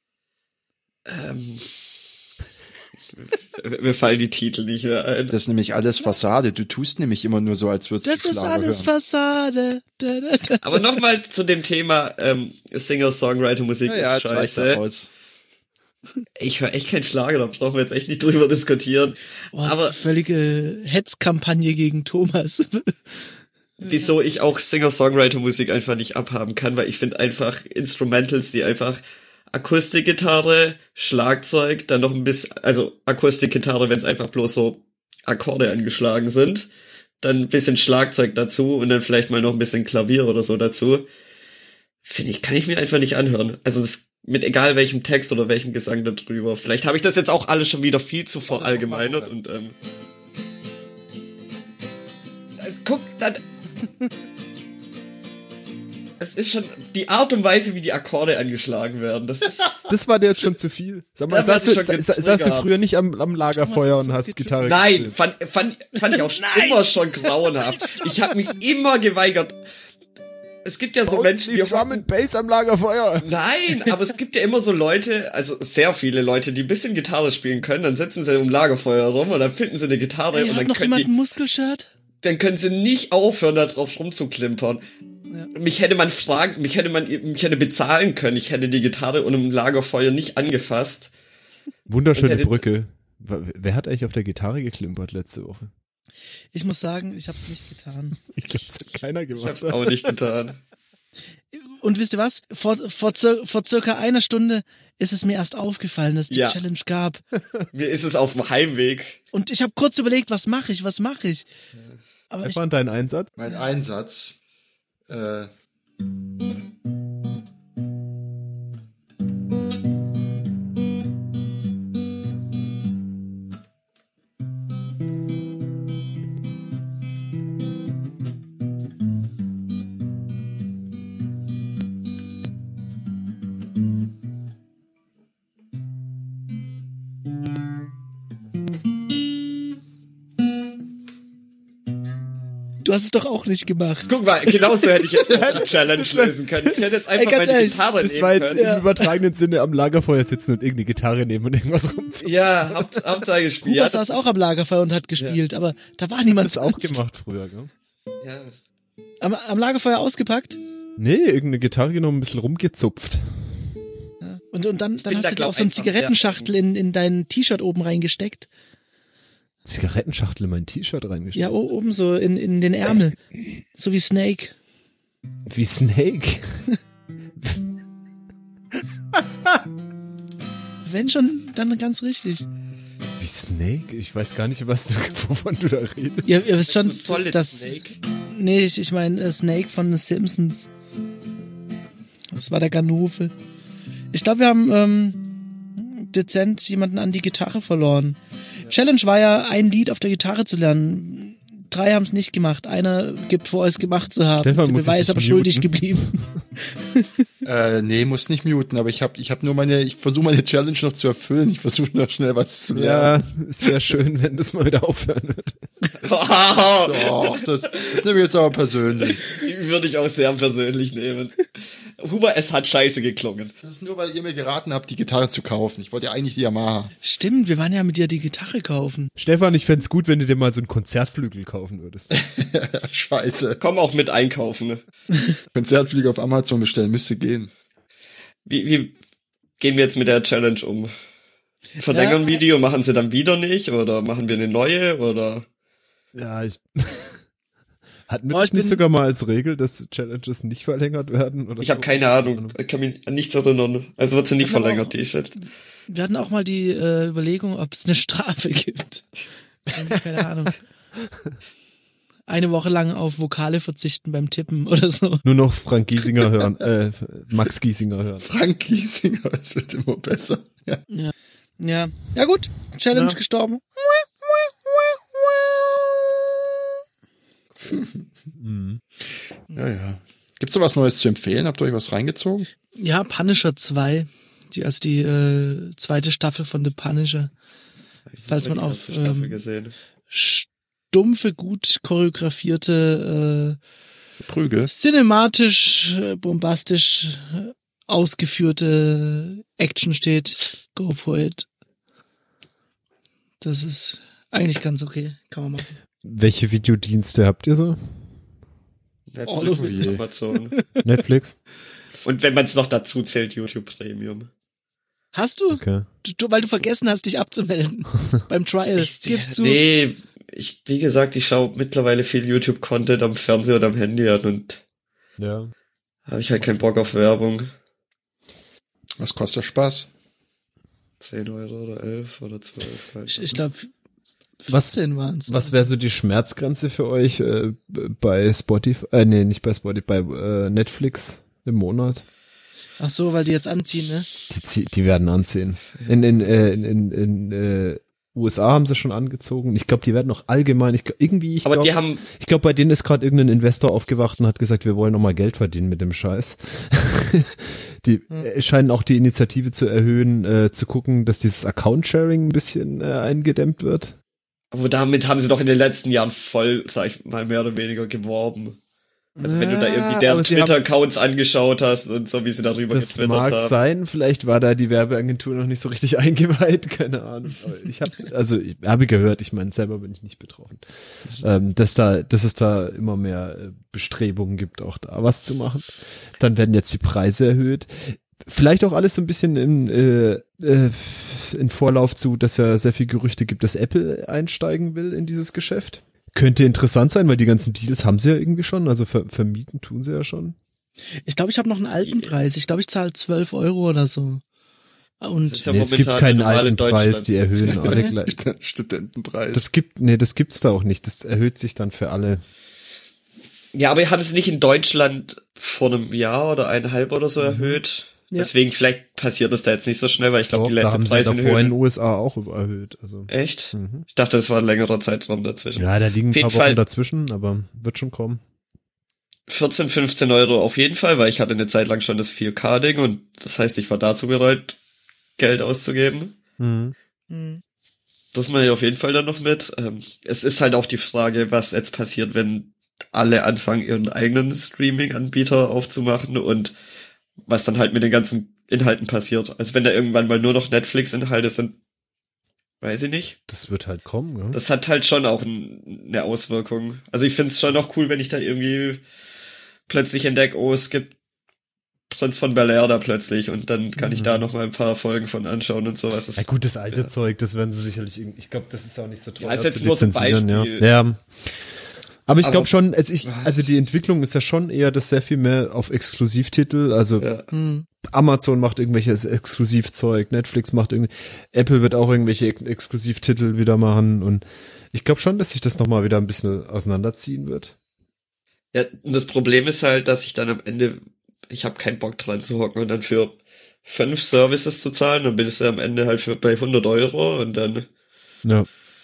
Mir fallen die Titel nicht mehr ein. Das ist nämlich alles Fassade. Du tust nämlich immer nur so, als würdest Das du ist Schlager alles hören. Fassade. Aber nochmal zu dem Thema Singer-Songwriter-Musik ist scheiße. Ich höre echt keinen Schlager, da brauchen wir jetzt echt nicht drüber diskutieren. Boah, das Aber ist völlige Hetzkampagne gegen Thomas. wieso ich auch Singer-Songwriter-Musik einfach nicht abhaben kann, weil ich finde einfach Instrumentals, die einfach Akustikgitarre, Schlagzeug, dann noch ein bisschen, also Akustikgitarre, wenn es einfach bloß so Akkorde angeschlagen sind, dann ein bisschen Schlagzeug dazu und dann vielleicht mal noch ein bisschen Klavier oder so dazu. Finde ich, kann ich mir einfach nicht anhören. Also das mit egal welchem Text oder welchem Gesang da drüber. Vielleicht habe ich das jetzt auch alles schon wieder viel zu verallgemeinert und guck, dann es ist schon die Art und Weise, wie die Akkorde angeschlagen werden. Das war dir jetzt schon zu viel. Sag mal, saß du früher nicht am Lagerfeuer und hast Gitarre Nein, gespielt? fand ich auch immer schon grauenhaft. Ich habe mich immer geweigert. Es gibt ja so Menschen, die Drum and Bass am Lagerfeuer. Nein, aber es gibt ja immer so Leute, also sehr viele Leute, die ein bisschen Gitarre spielen können, dann sitzen sie im Lagerfeuer rum und dann finden sie eine Gitarre Hey, und hat dann noch können jemand ein Muskelshirt? dann können sie nicht aufhören, da drauf rumzuklimpern. Ja. Mich hätte bezahlen können. Ich hätte die Gitarre und im Lagerfeuer nicht angefasst. Wunderschöne Brücke. Wer hat eigentlich auf der Gitarre geklimpert letzte Woche? Ich muss sagen, ich habe es nicht getan. Ich glaube, das hat keiner gemacht. Ich habe es auch nicht getan. Und wisst ihr was? Vor circa einer Stunde ist es mir erst aufgefallen, dass es die Challenge gab. Mir ist es auf dem Heimweg. Und ich habe kurz überlegt, was mache ich? Aber was war dein Einsatz? Mein Einsatz. Du hast es doch auch nicht gemacht. Guck mal, genauso hätte ich jetzt auch die Challenge lösen können. Ich hätte jetzt einfach ganz meine ehrlich, Gitarre Das nehmen war jetzt können. im übertragenen Sinne am Lagerfeuer sitzen und irgendeine Gitarre nehmen und irgendwas rumziehen. Ja, Hauptsache gespielt. Huber Ja, saß auch am Lagerfeuer und hat gespielt, aber da war niemand Das auch sonst. gemacht früher, gell? ja. Am Lagerfeuer ausgepackt? Nee, irgendeine Gitarre genommen, ein bisschen rumgezupft. Ja. Und dann bin hast da, du dir glaub, auch so eine einfach Zigarettenschachtel in dein T-Shirt oben reingesteckt. Zigarettenschachtel in mein T-Shirt reingestellt. Ja, oben so in den Ärmel. So wie Snake. Wie Snake. Wenn schon, dann ganz richtig. Wie Snake? Ich weiß gar nicht, wovon du da redest. Ihr wisst schon, So Solid dass... Snake. Nee, ich meine Snake von The Simpsons. Das war der Ganove. Ich glaube, wir haben dezent jemanden an die Gitarre verloren. Challenge war ja, ein Lied auf der Gitarre zu lernen. 3 haben es nicht gemacht. Einer gibt vor, es gemacht zu haben. Stefan, Ist der muss ich Beweis dich aber schuldig muten? geblieben. Nee, muss nicht muten, aber ich hab nur ich versuche meine Challenge noch zu erfüllen. Ich versuche noch schnell was zu lernen. Ja, es wäre schön, wenn das mal wieder aufhören wird. Doch, das nehme ich jetzt aber persönlich. Würde ich auch sehr persönlich nehmen. Huber, es hat scheiße geklungen. Das ist nur, weil ihr mir geraten habt, die Gitarre zu kaufen. Ich wollte ja eigentlich die Yamaha. Stimmt, wir waren ja mit dir die Gitarre kaufen. Stefan, ich fänd's gut, wenn du dir mal so einen Konzertflügel kaufen würdest. Scheiße. Komm auch mit einkaufen. Ne? Konzertflieger auf Amazon bestellen, müsste gehen. Wie gehen wir jetzt mit der Challenge um? Verlängern Video, machen sie dann wieder nicht? Oder machen wir eine neue? Oder? Ja, hatten wir Oh, das ich nicht bin- sogar mal als Regel, dass Challenges nicht verlängert werden? Oder Ich habe so? keine Ahnung. Ich kann mich an nichts erinnern. Also wird sie nicht Ich hab verlängert, auch- die Shit. Wir hatten auch mal die Überlegung, ob es eine Strafe gibt. Keine Ahnung. Eine Woche lang auf Vokale verzichten beim Tippen oder so. Nur noch Frank Giesinger hören, Max Giesinger hören. Frank Giesinger, es wird immer besser. Ja. Ja gut, Challenge Ja. gestorben. Ja. Gibt's da was Neues zu empfehlen? Habt ihr euch was reingezogen? Ja, Punisher 2. Die zweite Staffel von The Punisher. Falls man Die auf erste Staffel gesehen. stumpfe, gut choreografierte, Prügel. cinematisch, bombastisch ausgeführte Action steht, go for it. Das ist eigentlich ganz okay. Kann man machen. Welche Videodienste habt ihr so? Netflix, je. Amazon. Netflix? Und wenn man es noch dazu zählt, YouTube Premium. Hast du? Okay. Weil du vergessen hast, dich abzumelden. Beim Trial. Gibst du? Nee, wie gesagt, ich schaue mittlerweile viel YouTube-Content am Fernseher oder am Handy an und Ja. habe ich halt keinen Bock auf Werbung. Was kostet Spaß? 10 Euro oder 11 oder 12. Halt. Ich glaube, Was- 14 waren es. Was wäre so die Schmerzgrenze für euch bei Spotify? Nee, nicht bei Spotify, bei Netflix im Monat? Ach so, weil die jetzt anziehen, ne? Die werden anziehen. In USA haben sie schon angezogen. Ich glaube, die werden noch allgemein. Aber die haben, Ich glaube, bei denen ist gerade irgendein Investor aufgewacht und hat gesagt, wir wollen noch mal Geld verdienen mit dem Scheiß. Die scheinen auch die Initiative zu erhöhen, zu gucken, dass dieses Account-Sharing ein bisschen eingedämmt wird. aber damit haben sie doch in den letzten Jahren voll, sag ich mal, mehr oder weniger geworben. Also wenn du da irgendwie aber deren sie haben- Twitter-Accounts angeschaut hast und so, wie sie darüber Das getwittert mag haben. sein, vielleicht war da die Werbeagentur noch nicht so richtig eingeweiht, keine Ahnung. Aber ich habe gehört, ich meine, selber bin ich nicht betroffen, dass es da immer mehr Bestrebungen gibt, auch da was zu machen. Dann werden jetzt die Preise erhöht. Vielleicht auch alles so ein bisschen in Vorlauf zu, dass ja sehr viel Gerüchte gibt, dass Apple einsteigen will in dieses Geschäft. Könnte interessant sein, weil die ganzen Deals haben sie ja irgendwie schon, also vermieten tun sie ja schon. Ich glaube, ich habe noch einen alten Preis. Ich glaube, ich zahle 12 Euro oder so. Und Das ist ja Nee, es gibt momentan keinen normal in alten Preis, Deutschland. die erhöhen alle Es gleich. gibt einen Studentenpreis. Das gibt's da auch nicht. Das erhöht sich dann für alle. Ja, aber haben sie nicht in Deutschland vor einem Jahr oder 1,5 oder so erhöht? Ja. Deswegen vielleicht passiert das da jetzt nicht so schnell, weil ich glaube, Doch, die da letzte haben sie Preise davor in den USA auch erhöht. Also. Echt? Mhm. Ich dachte, das war ein längerer Zeitraum dazwischen. Ja, da liegen ein Auf jeden paar Wochen Fall. dazwischen, aber wird schon kommen. 14, 15 Euro auf jeden Fall, weil ich hatte eine Zeit lang schon das 4K-Ding und das heißt, ich war dazu bereit, Geld auszugeben. Mhm. Das mache ich auf jeden Fall dann noch mit. Es ist halt auch die Frage, was jetzt passiert, wenn alle anfangen, ihren eigenen Streaming-Anbieter aufzumachen und was dann halt mit den ganzen Inhalten passiert. Also wenn da irgendwann mal nur noch Netflix-Inhalte sind, weiß ich nicht. Das wird halt kommen, ja. Das hat halt schon auch eine Auswirkung. Also ich find's schon auch cool, wenn ich da irgendwie plötzlich entdecke, oh, es gibt Prinz von Bel-Air da plötzlich und dann kann ich da noch mal ein paar Folgen von anschauen und sowas. Ja gut, das alte Zeug, das werden sie sicherlich ich glaube, das ist auch nicht so teuer. Ja, ist jetzt nur so ein Beispiel. Ja. Aber ich glaube schon, also die Entwicklung ist ja schon eher, dass sehr viel mehr auf Exklusivtitel, also Amazon macht irgendwelches Exklusivzeug, Netflix macht irgendwie, Apple wird auch irgendwelche Exklusivtitel wieder machen und ich glaube schon, dass sich das nochmal wieder ein bisschen auseinanderziehen wird. Ja, und das Problem ist halt, dass ich dann am Ende, ich habe keinen Bock dran zu hocken und dann für 5 Services zu zahlen, dann bin ich dann am Ende halt bei 100 Euro und dann ja.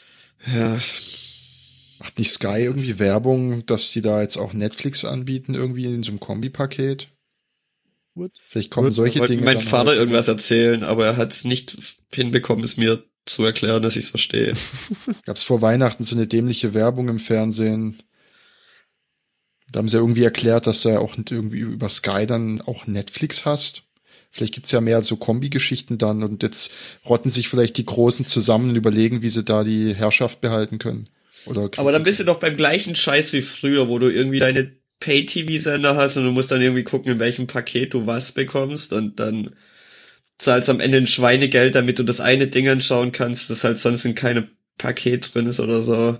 Macht nicht Sky irgendwie Werbung, dass die da jetzt auch Netflix anbieten, irgendwie in so einem Kombipaket? Vielleicht kommen solche Dinge. Mein Vater halt irgendwas erzählen, aber er hat es nicht hinbekommen, es mir zu erklären, dass ich es verstehe. Gab's vor Weihnachten so eine dämliche Werbung im Fernsehen? Da haben sie irgendwie erklärt, dass du ja auch irgendwie über Sky dann auch Netflix hast. Vielleicht gibt's ja mehr so Kombi-Geschichten dann und jetzt rotten sich vielleicht die Großen zusammen und überlegen, wie sie da die Herrschaft behalten können. Aber dann bist du doch beim gleichen Scheiß wie früher, wo du irgendwie deine Pay-TV-Sender hast und du musst dann irgendwie gucken, in welchem Paket du was bekommst und dann zahlst am Ende ein Schweinegeld, damit du das eine Ding anschauen kannst, das halt sonst in keinem Paket drin ist oder so.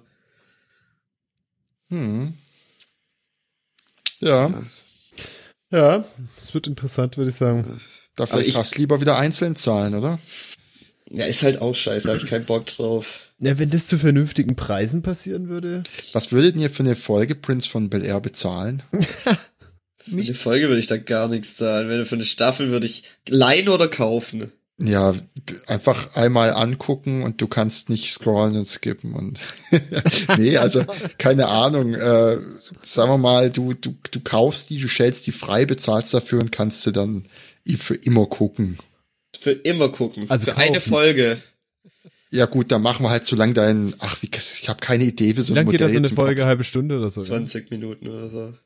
Ja. Ja, das wird interessant, würde ich sagen. Da vielleicht fast lieber wieder einzeln zahlen, oder? Ja, ist halt auch scheiße, hab ich keinen Bock drauf. Ja, wenn das zu vernünftigen Preisen passieren würde. Was würdet ihr für eine Folge Prinz von Bel-Air bezahlen? Für eine Folge würde ich da gar nichts zahlen. Wenn für eine Staffel würde ich leihen oder kaufen. Ja, einfach einmal angucken und du kannst nicht scrollen und skippen und nee, also keine Ahnung, sagen wir mal, du kaufst die, du stellst die frei, bezahlst dafür und kannst sie dann für immer gucken. Für immer gucken, also für kaufen. Eine Folge. Ja gut, dann machen wir halt so lang ich habe keine Idee für so ein Modell. Wie lang geht das so eine Folge, Kopf. halbe Stunde oder so? 20 Minuten oder so.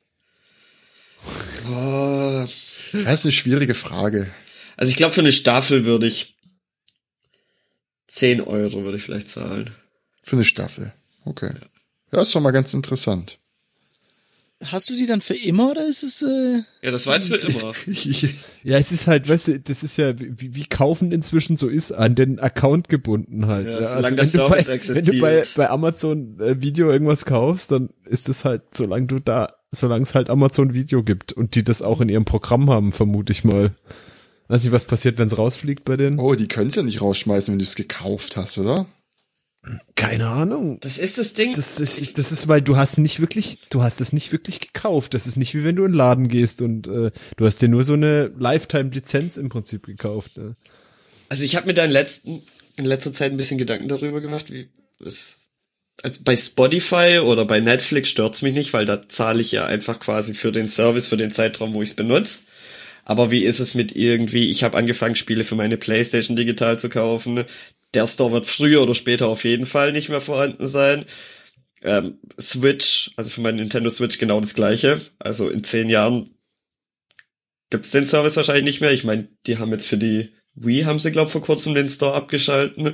Oh. Das ist eine schwierige Frage. Also ich glaube, für eine Staffel würde ich 10 Euro würde ich vielleicht zahlen. Für eine Staffel, okay. Ja, ist doch mal ganz interessant. Hast du die dann für immer oder ist es... Ja, das war jetzt für immer. Ja, es ist halt, weißt du, das ist ja, wie Kaufen inzwischen so ist, an den Account gebunden halt. Ja, Ja, solange also der Service wenn du existiert. bei Amazon Video irgendwas kaufst, dann ist es halt, solange es halt Amazon Video gibt und die das auch in ihrem Programm haben, vermute ich mal. Weiß nicht, was passiert, wenn es rausfliegt bei denen? Oh, die können es ja nicht rausschmeißen, wenn du es gekauft hast, oder? Keine Ahnung. Das ist das Ding. Das ist, weil du hast es nicht wirklich gekauft. Das ist nicht wie wenn du in den Laden gehst und du hast dir nur so eine Lifetime-Lizenz im Prinzip gekauft. Ne? Also ich habe mir da in letzter Zeit ein bisschen Gedanken darüber gemacht, wie es, also bei Spotify oder bei Netflix stört's mich nicht, weil da zahle ich ja einfach quasi für den Service, für den Zeitraum, wo ich es benutze. Aber wie ist es mit irgendwie, ich habe angefangen, Spiele für meine PlayStation digital zu kaufen. Der Store wird früher oder später auf jeden Fall nicht mehr vorhanden sein. Switch, also für meine Nintendo Switch genau das Gleiche. Also in 10 Jahren gibt's den Service wahrscheinlich nicht mehr. Ich meine, die haben jetzt für die Wii, haben sie, glaube ich, vor kurzem den Store abgeschalten.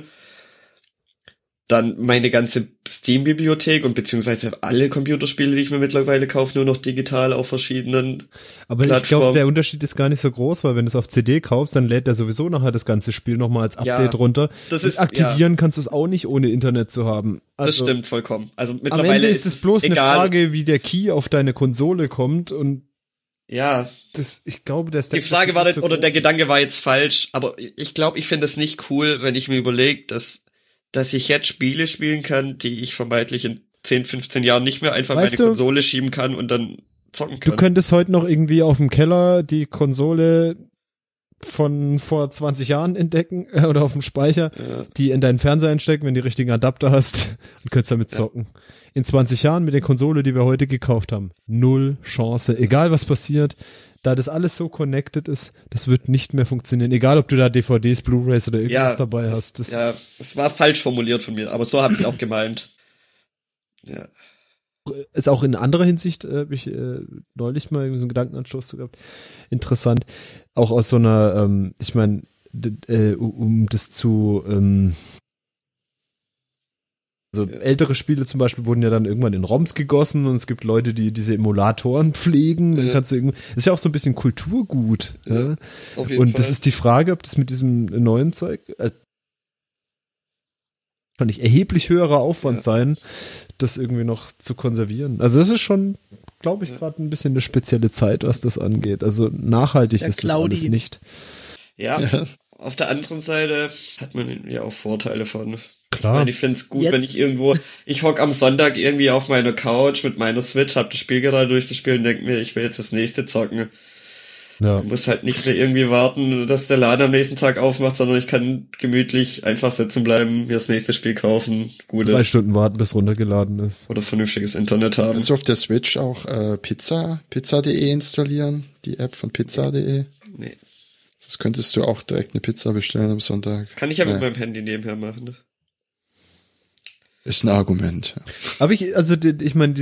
Dann meine ganze Steam-Bibliothek und beziehungsweise alle Computerspiele, die ich mir mittlerweile kaufe, nur noch digital auf verschiedenen Aber Plattformen. ich glaube, der Unterschied ist gar nicht so groß, weil wenn du es auf CD kaufst, dann lädt er sowieso nachher das ganze Spiel nochmal als Update runter. Das und ist, aktivieren kannst du es auch nicht, ohne Internet zu haben. Das Also, stimmt vollkommen. Also am mittlerweile Ende ist es bloß eine egal. Frage, wie der Key auf deine Konsole kommt und Ja, ich glaube, dass die Frage war, oder der Gedanke war jetzt falsch, aber ich glaube, ich finde es nicht cool, wenn ich mir überlege, dass ich jetzt Spiele spielen kann, die ich vermeintlich in 10, 15 Jahren nicht mehr einfach Weißt meine du, Konsole schieben kann und dann zocken kann. Du könntest heute noch irgendwie auf dem Keller die Konsole von vor 20 Jahren entdecken oder auf dem Speicher, die in deinen Fernseher einstecken, wenn du die richtigen Adapter hast und könntest damit zocken. In 20 Jahren mit der Konsole, die wir heute gekauft haben, 0 Chance. Egal was passiert, da das alles so connected ist, das wird nicht mehr funktionieren. Egal, ob du da DVDs, Blu-rays oder irgendwas dabei hast. Das war falsch formuliert von mir, aber so habe ich es auch gemeint. Ja. ist auch in anderer Hinsicht, habe ich neulich mal so einen Gedankenanstoß zu gehabt, interessant, auch aus so einer, ich meine, um das zu, also ältere Spiele zum Beispiel wurden ja dann irgendwann in ROMs gegossen und es gibt Leute, die diese Emulatoren pflegen, dann kannst du irgendwie, ist ja auch so ein bisschen Kulturgut, ja? Auf jeden Und Fall. das ist die Frage, ob das mit diesem neuen Zeug wahrscheinlich erheblich höherer Aufwand sein, das irgendwie noch zu konservieren. Also das ist schon, glaube ich, gerade ein bisschen eine spezielle Zeit, was das angeht. Also nachhaltig Sehr ist das alles cloudy. nicht. Ja, auf der anderen Seite hat man ja auch Vorteile von. Ich Klar. meine, ich finde es gut, Jetzt- wenn ich hock am Sonntag irgendwie auf meiner Couch mit meiner Switch, hab das Spiel gerade durchgespielt und denk mir, ich will jetzt das nächste zocken. Ja. Ich muss halt nicht mehr irgendwie warten, dass der Laden am nächsten Tag aufmacht, sondern ich kann gemütlich einfach sitzen bleiben, mir das nächste Spiel kaufen, 3 gutes Stunden warten, bis runtergeladen ist. oder vernünftiges Internet haben. Kannst du auf der Switch auch pizza.de installieren, die App von pizza.de? Nee. Das könntest du auch direkt eine Pizza bestellen am Sonntag. Kann ich ja mit Ja. meinem Handy nebenher machen. Ist ein Argument. Aber ich meine,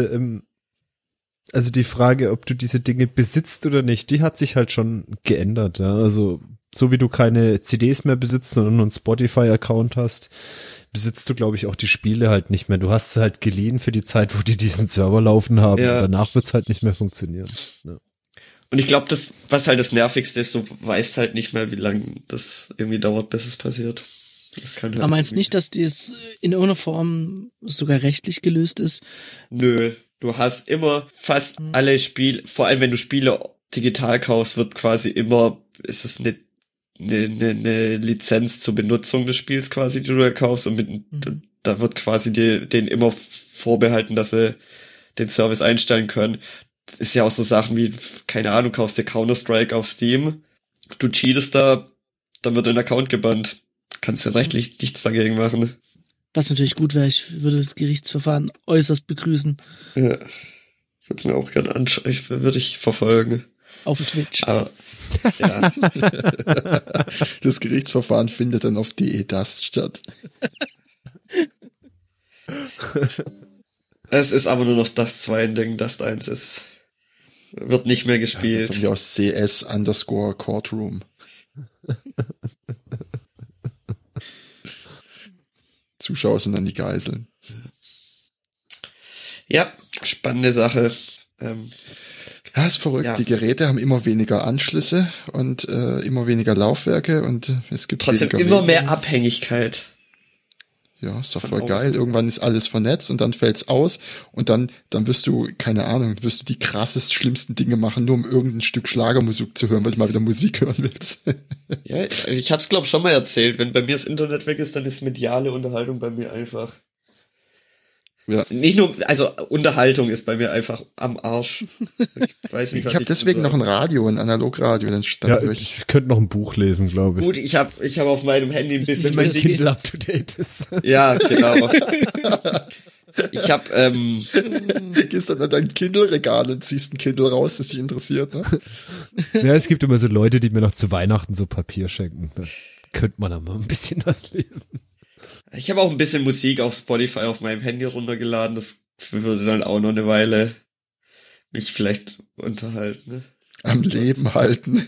also die Frage, ob du diese Dinge besitzt oder nicht, die hat sich halt schon geändert, ja. Also, so wie du keine CDs mehr besitzt, sondern nur einen Spotify-Account hast, besitzt du, glaube ich, auch die Spiele halt nicht mehr. Du hast sie halt geliehen für die Zeit, wo die diesen Server laufen haben. Ja. Danach wird's halt nicht mehr funktionieren. Ja. Und ich glaube, das, was halt das Nervigste ist, so weißt halt nicht mehr, wie lange das irgendwie dauert, bis es passiert. Das kann halt Aber meinst du irgendwie- nicht, dass das in irgendeiner Form sogar rechtlich gelöst ist? Nö, du hast immer fast alle Spiele, vor allem wenn du Spiele digital kaufst, wird quasi immer, ist es eine Lizenz zur Benutzung des Spiels quasi, die du da kaufst und da wird quasi denen immer vorbehalten, dass sie den Service einstellen können. Das ist ja auch so Sachen wie, keine Ahnung, kaufst dir Counter-Strike auf Steam, du cheatest da, dann wird dein Account gebannt. Kannst du rechtlich nichts dagegen machen. Was natürlich gut wäre, ich würde das Gerichtsverfahren äußerst begrüßen. Ja. Ich würde es mir auch gerne anschauen, würde ich verfolgen. Auf Twitch. Aber, ja. Das Gerichtsverfahren findet dann auf DE-Dust statt. Es ist aber nur noch Dust 2 ein Ding, Dust 1 wird nicht mehr gespielt. Von mir aus CS_Courtroom. Zuschauer sind dann die Geiseln. Ja, spannende Sache. Ja, ist verrückt. Ja. Die Geräte haben immer weniger Anschlüsse und immer weniger Laufwerke und es gibt Trotzdem weniger immer WLAN. mehr Abhängigkeit. Ja, ist doch von voll außen. geil. Irgendwann ist alles vernetzt und dann fällt's aus und dann wirst du, keine Ahnung, wirst du die krassest, schlimmsten Dinge machen, nur um irgendein Stück Schlagermusik zu hören, weil du mal wieder Musik hören willst. Ja, also ich hab's glaub schon mal erzählt. Wenn bei mir das Internet weg ist, dann ist mediale Unterhaltung bei mir einfach. Ja. Nicht nur, also Unterhaltung ist bei mir einfach am Arsch. Ich weiß nicht, was Ich habe deswegen noch ein Radio, ein Analogradio. Dann Ja, höre ich könnte noch ein Buch lesen, glaube ich. Gut, ich hab auf meinem Handy ein bisschen Wenn mein Musik. Kindle up to date ist. Ja, genau. Ich hab, gehst dann an dein Kindle-Regal und ziehst ein Kindle raus, das dich interessiert, ne? Ja, es gibt immer so Leute, die mir noch zu Weihnachten so Papier schenken. Da könnte man aber ein bisschen was lesen. ich habe auch ein bisschen Musik auf Spotify auf meinem Handy runtergeladen. Das würde dann auch noch eine Weile mich vielleicht unterhalten. Ne? Am Leben halten.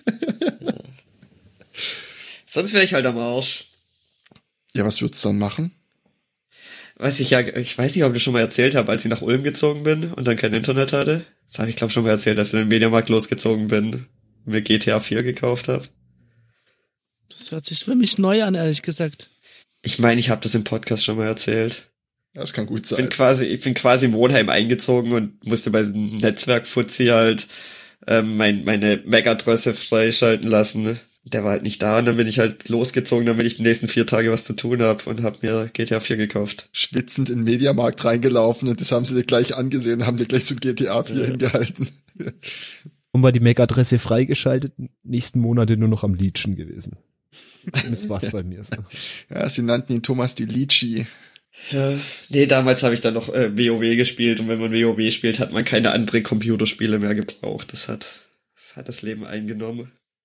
Sonst wäre ich halt am Arsch. Ja, was würdest du dann machen? Ich weiß nicht, ob ich das schon mal erzählt habe, als ich nach Ulm gezogen bin und dann kein Internet hatte. Das habe ich glaube schon mal erzählt, dass ich in den Mediamarkt losgezogen bin und mir GTA 4 gekauft habe. Das hört sich für mich neu an, ehrlich gesagt. Ich meine, ich habe das im Podcast schon mal erzählt. Das kann gut Ich sein. bin quasi im Wohnheim eingezogen und musste bei diesem Netzwerk-Fuzzi halt meine MAC-Adresse freischalten lassen. Ne? Der war halt nicht da und dann bin ich halt losgezogen, damit ich die nächsten 4 Tage was zu tun habe und habe mir GTA 4 gekauft. Schwitzend in den Mediamarkt reingelaufen und das haben sie dir gleich angesehen und haben dir gleich so ein GTA 4 hingehalten. Und war die MAC-Adresse freigeschaltet, nächsten Monate nur noch am Leechen gewesen. Und das war's bei mir so. Ja, sie nannten ihn Thomas die Litchi. Ja, nee, damals habe ich dann noch WoW gespielt und wenn man WoW spielt, hat man keine anderen Computerspiele mehr gebraucht. Das hat das Leben eingenommen.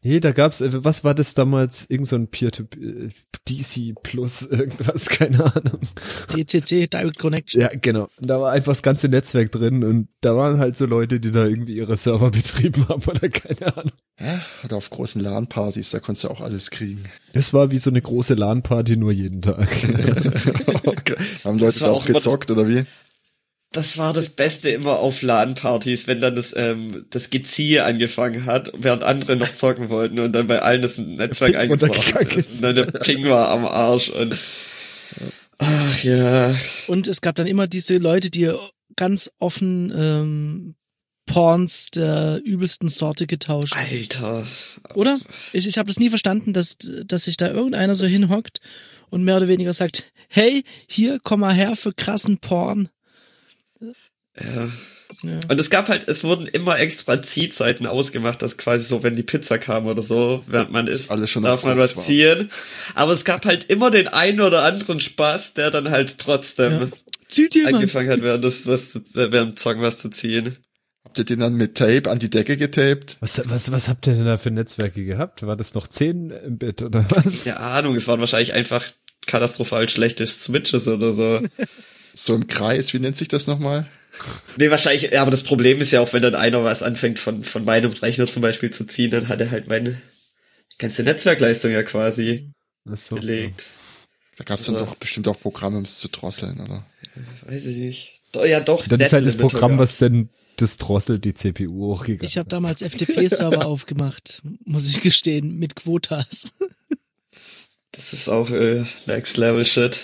Nee, da gab's, was war das damals? Irgend so ein Peer-to-Peer, DC Plus, irgendwas, keine Ahnung. DCC, Direct Connection. Ja, genau. Und da war einfach das ganze Netzwerk drin und da waren halt so Leute, die da irgendwie ihre Server betrieben haben oder keine Ahnung. Ja, oder auf großen LAN-Partys, da konntest du auch alles kriegen. Das war wie so eine große LAN-Party, nur jeden Tag. Okay. Haben Leute da auch gezockt, oder wie? Das war das Beste immer auf LAN-Partys, wenn dann das Geziehe angefangen hat, während andere noch zocken wollten und dann bei allen das Netzwerk eingebrochen ist. Und dann der Ping war am Arsch und ach ja. Und es gab dann immer diese Leute, die ganz offen Porns der übelsten Sorte getauscht. Alter. Oder? Ich habe das nie verstanden, dass sich da irgendeiner so hinhockt und mehr oder weniger sagt, hey, hier, komm mal her für krassen Porn. Ja. Ja. Und es wurden immer extra Ziehzeiten ausgemacht, dass quasi so, wenn die Pizza kam oder so, während man isst, darf man was ziehen. Aber es gab halt immer den einen oder anderen Spaß, der dann halt trotzdem angefangen hat, während Zocken was zu ziehen. Habt ihr den dann mit Tape an die Decke getaped? Was habt ihr denn da für Netzwerke gehabt? War das noch 10 im Bett oder was? Keine Ahnung, es waren wahrscheinlich einfach katastrophal schlechte Switches oder so. So im Kreis, wie nennt sich das nochmal? Nee, wahrscheinlich, ja, aber das Problem ist ja auch, wenn dann einer was anfängt von meinem Rechner zum Beispiel zu ziehen, dann hat er halt meine ganze Netzwerkleistung ja quasi belegt. Da gab's dann doch bestimmt auch Programme, um es zu drosseln, oder? Weiß ich nicht. Ja, doch. Dann ist halt das Programm, was denn das drosselt die CPU hochgegangen. Ich habe damals FTP-Server aufgemacht, muss ich gestehen, mit Quotas. Das ist auch Next Level Shit.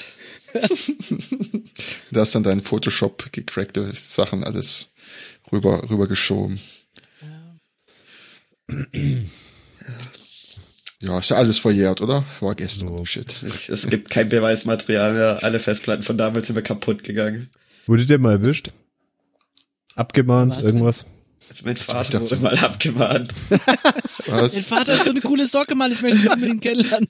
Da hast dann deinen Photoshop gecrackte Sachen alles rübergeschoben. Ja, ist ja alles verjährt, oder? War gestern. Oh, shit. Es gibt kein Beweismaterial mehr. Alle Festplatten von damals sind mir kaputt gegangen. Wurde der mal erwischt? Abgemahnt? Irgendwas? Also mein Vater wurde mal abgemahnt. Was? Mein Vater ist so eine coole Socke, Mann. Ich möchte unbedingt kennenlernen.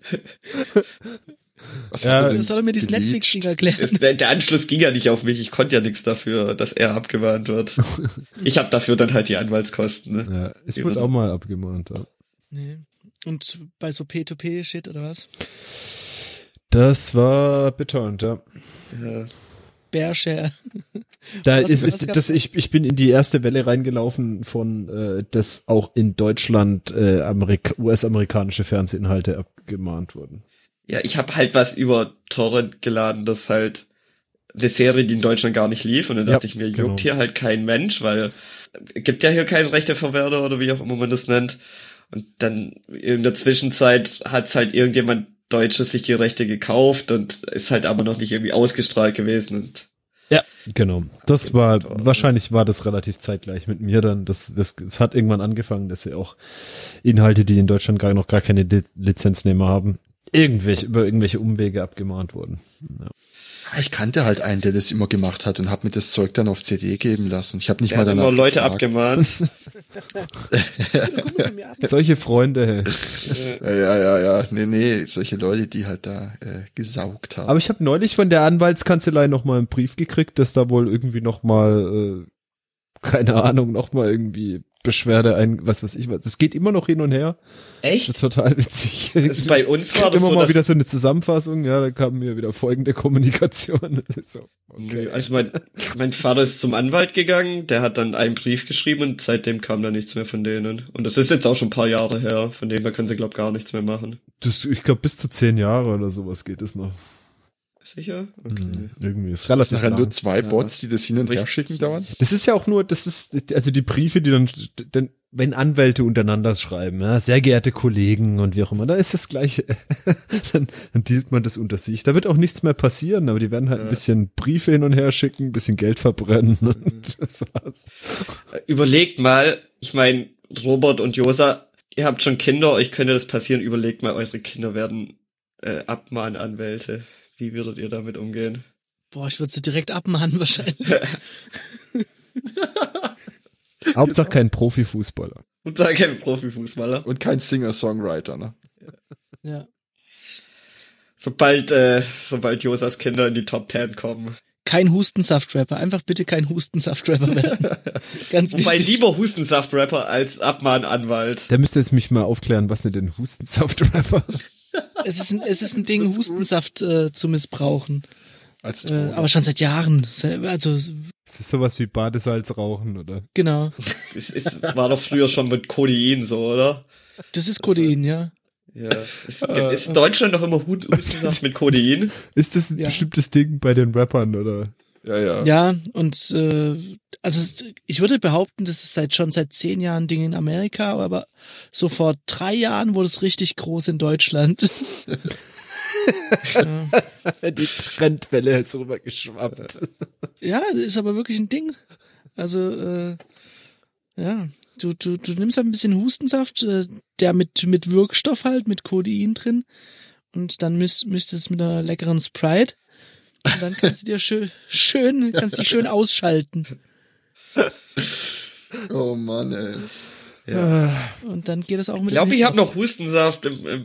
Was soll er mir dieses Netflix-Ding erklären? Der Anschluss ging ja nicht auf mich. Ich konnte ja nichts dafür, dass er abgemahnt wird. Ich habe dafür dann halt die Anwaltskosten. Ne? Ja, ich wurde auch mal abgemahnt. Ja. Nee. Und bei so P2P-Shit oder was? Das war BitTorrent, ja. Bearshare. Ich bin in die erste Welle reingelaufen von, dass auch in Deutschland US-amerikanische Fernsehinhalte abgemahnt wurden. Ja, ich habe halt was über Torrent geladen, das halt eine Serie, die in Deutschland gar nicht lief. Und dann dachte ich mir, juckt hier halt kein Mensch, weil gibt ja hier keinen Rechteverwerter oder wie auch immer man das nennt. Und dann in der Zwischenzeit hat's halt irgendjemand Deutsches sich die Rechte gekauft und ist halt aber noch nicht irgendwie ausgestrahlt gewesen. Und ja, genau. Das war, wahrscheinlich war das relativ zeitgleich mit mir dann. Das hat irgendwann angefangen, dass wir auch Inhalte, die in Deutschland gar keine Lizenznehmer haben, über irgendwelche Umwege abgemahnt wurden. Ja. Ich kannte halt einen, der das immer gemacht hat und hab mir das Zeug dann auf CD geben lassen. Ich habe nicht mal danach immer Leute abgemahnt. Solche Freunde. Ja. Nee, solche Leute, die halt da gesaugt haben. Aber ich habe neulich von der Anwaltskanzlei nochmal einen Brief gekriegt, dass da wohl irgendwie nochmal, keine Ahnung, nochmal irgendwie Beschwerde was weiß ich was. Es geht immer noch hin und her. Echt? Das ist total witzig. Also bei uns war das immer so, mal wieder so eine Zusammenfassung, ja, da kam mir wieder folgende Kommunikation. Das ist so, okay. Also mein Vater ist zum Anwalt gegangen, der hat dann einen Brief geschrieben und seitdem kam da nichts mehr von denen. Und das ist jetzt auch schon ein paar Jahre her, von dem her können sie, glaub, gar nichts mehr machen. Ich glaube, bis zu 10 Jahre oder sowas geht es noch. Sicher? Okay. Irgendwie ist relativ nachher nur 2 Bots, die das hin und her schicken dauern. Das ist ja auch nur, also die Briefe, die dann wenn Anwälte untereinander schreiben, ja, sehr geehrte Kollegen und wie auch immer, da ist das Gleiche. dann dealt man das unter sich. Da wird auch nichts mehr passieren, aber die werden halt ein bisschen Briefe hin und her schicken, ein bisschen Geld verbrennen und das war's. Überlegt mal, ich meine, Robert und Josa, ihr habt schon Kinder, euch könnte das passieren, überlegt mal, eure Kinder werden Abmahnanwälte. Wie würdet ihr damit umgehen? Boah, ich würde sie direkt abmahnen wahrscheinlich. Hauptsache kein Profifußballer. Und da kein Profifußballer. Und kein Singer-Songwriter, ne? Ja. Sobald Josas Kinder in die Top 10 kommen. kein Hustensaft-Rapper. Einfach bitte kein Hustensaft-Rapper werden. Ganz Wobei wichtig. lieber Hustensaft-Rapper als Abmahnanwalt. Der müsste jetzt mich mal aufklären, was sind denn Hustensaft-Rapper? Es ist ein Ding, Hustensaft zu missbrauchen. Als Droge. Aber schon seit Jahren. Also, Ist das sowas wie Badesalz rauchen, oder? genau. Es war doch früher schon mit Codein so, oder? Das ist Codein, ja. Ja. Ist in Deutschland noch immer Hustensaft mit Codein? Ist das ein Ja. bestimmtes Ding bei den Rappern, oder? Ja. Ja, und also ich würde behaupten, das ist schon seit 10 Jahren ein Ding in Amerika, aber so vor 3 Jahren wurde es richtig groß in Deutschland. Die Trendwelle ist rübergeschwappt. Ja, ist aber wirklich ein Ding. Also, ja, du nimmst halt ein bisschen Hustensaft, der mit Wirkstoff halt, mit Codein drin, und dann misst es mit einer leckeren Sprite. Und dann kannst du dir kannst dich schön ausschalten. Oh Mann, ey. Und dann geht es auch mit. Ich glaube, dem ich habe Hip-Hop. noch Hustensaft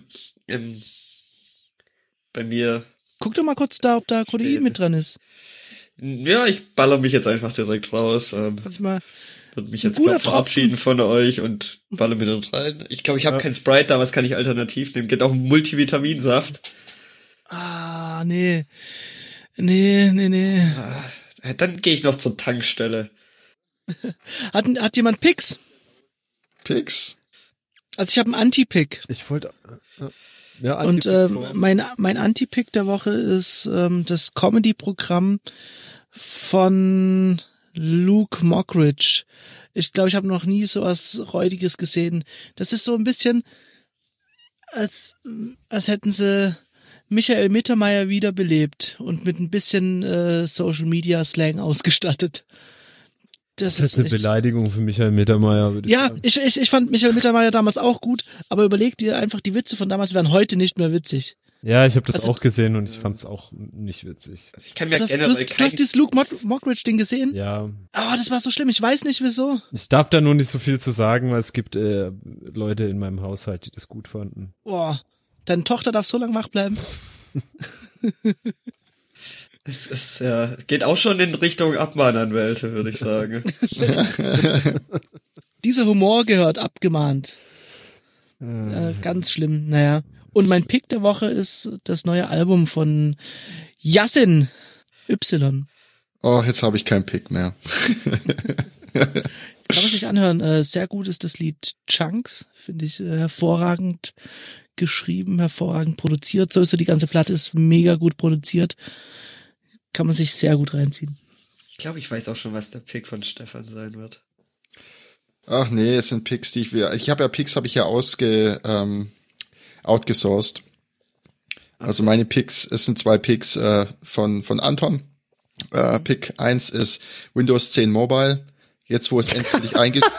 bei mir. Guck doch mal kurz da, ob da Codein mit dran ist. Ja, ich baller mich jetzt einfach direkt raus. Kannst du mal. Würde mich Ein jetzt guter glaub, verabschieden von euch und baller mir dann rein. Ich glaube, ich habe kein Sprite da, was kann ich alternativ nehmen? Geht auch einen Multivitaminsaft. Ah, nee. Dann gehe ich noch zur Tankstelle. Hat jemand Picks? Pix? Also ich habe einen Anti-Pick. Ich wollte, ja, Und mein Anti-Pick der Woche ist das Comedy-Programm von Luke Mockridge. Ich glaube, ich habe noch nie so was Räudiges gesehen. Das ist so ein bisschen, als hätten sie Michael Mittermeier wiederbelebt und mit ein bisschen Social-Media-Slang ausgestattet. das ist eine echt- Beleidigung für Michael Mittermeier, würde ich Ja, sagen. ich fand Michael Mittermeier damals auch gut, aber überleg dir einfach, die Witze von damals wären heute nicht mehr witzig. Ja, ich habe das Also- auch gesehen und ich fand's auch nicht witzig. Also ich kann mir Du hast generell dieses Luke Mockridge-Ding gesehen? Ja, Oh, das war so schlimm, ich weiß nicht wieso. ich darf da nur nicht so viel zu sagen, weil es gibt Leute in meinem Haushalt, die das gut fanden. Boah, deine Tochter darf so lange wach bleiben. Es ist, geht auch schon in Richtung Abmahnanwälte, würde ich sagen. Dieser Humor gehört abgemahnt. Ganz schlimm, naja. Und mein Pick der Woche ist das neue Album von Yasin Y. Oh, jetzt habe ich keinen Pick mehr. Kann man sich anhören. Sehr gut ist das Lied Chunks. Finde ich hervorragend geschrieben, hervorragend produziert. Sowieso die ganze Platte ist mega gut produziert. Kann man sich sehr gut reinziehen. Ich glaube, ich weiß auch schon, was der Pick von Stefan sein wird. Ach nee, es sind Picks, die ich will. Ich habe ja Picks, habe ich ja outgesourced. Also meine Picks, es sind 2 Picks von Anton. Pick 1 ist Windows 10 Mobile. Jetzt, wo es endgültig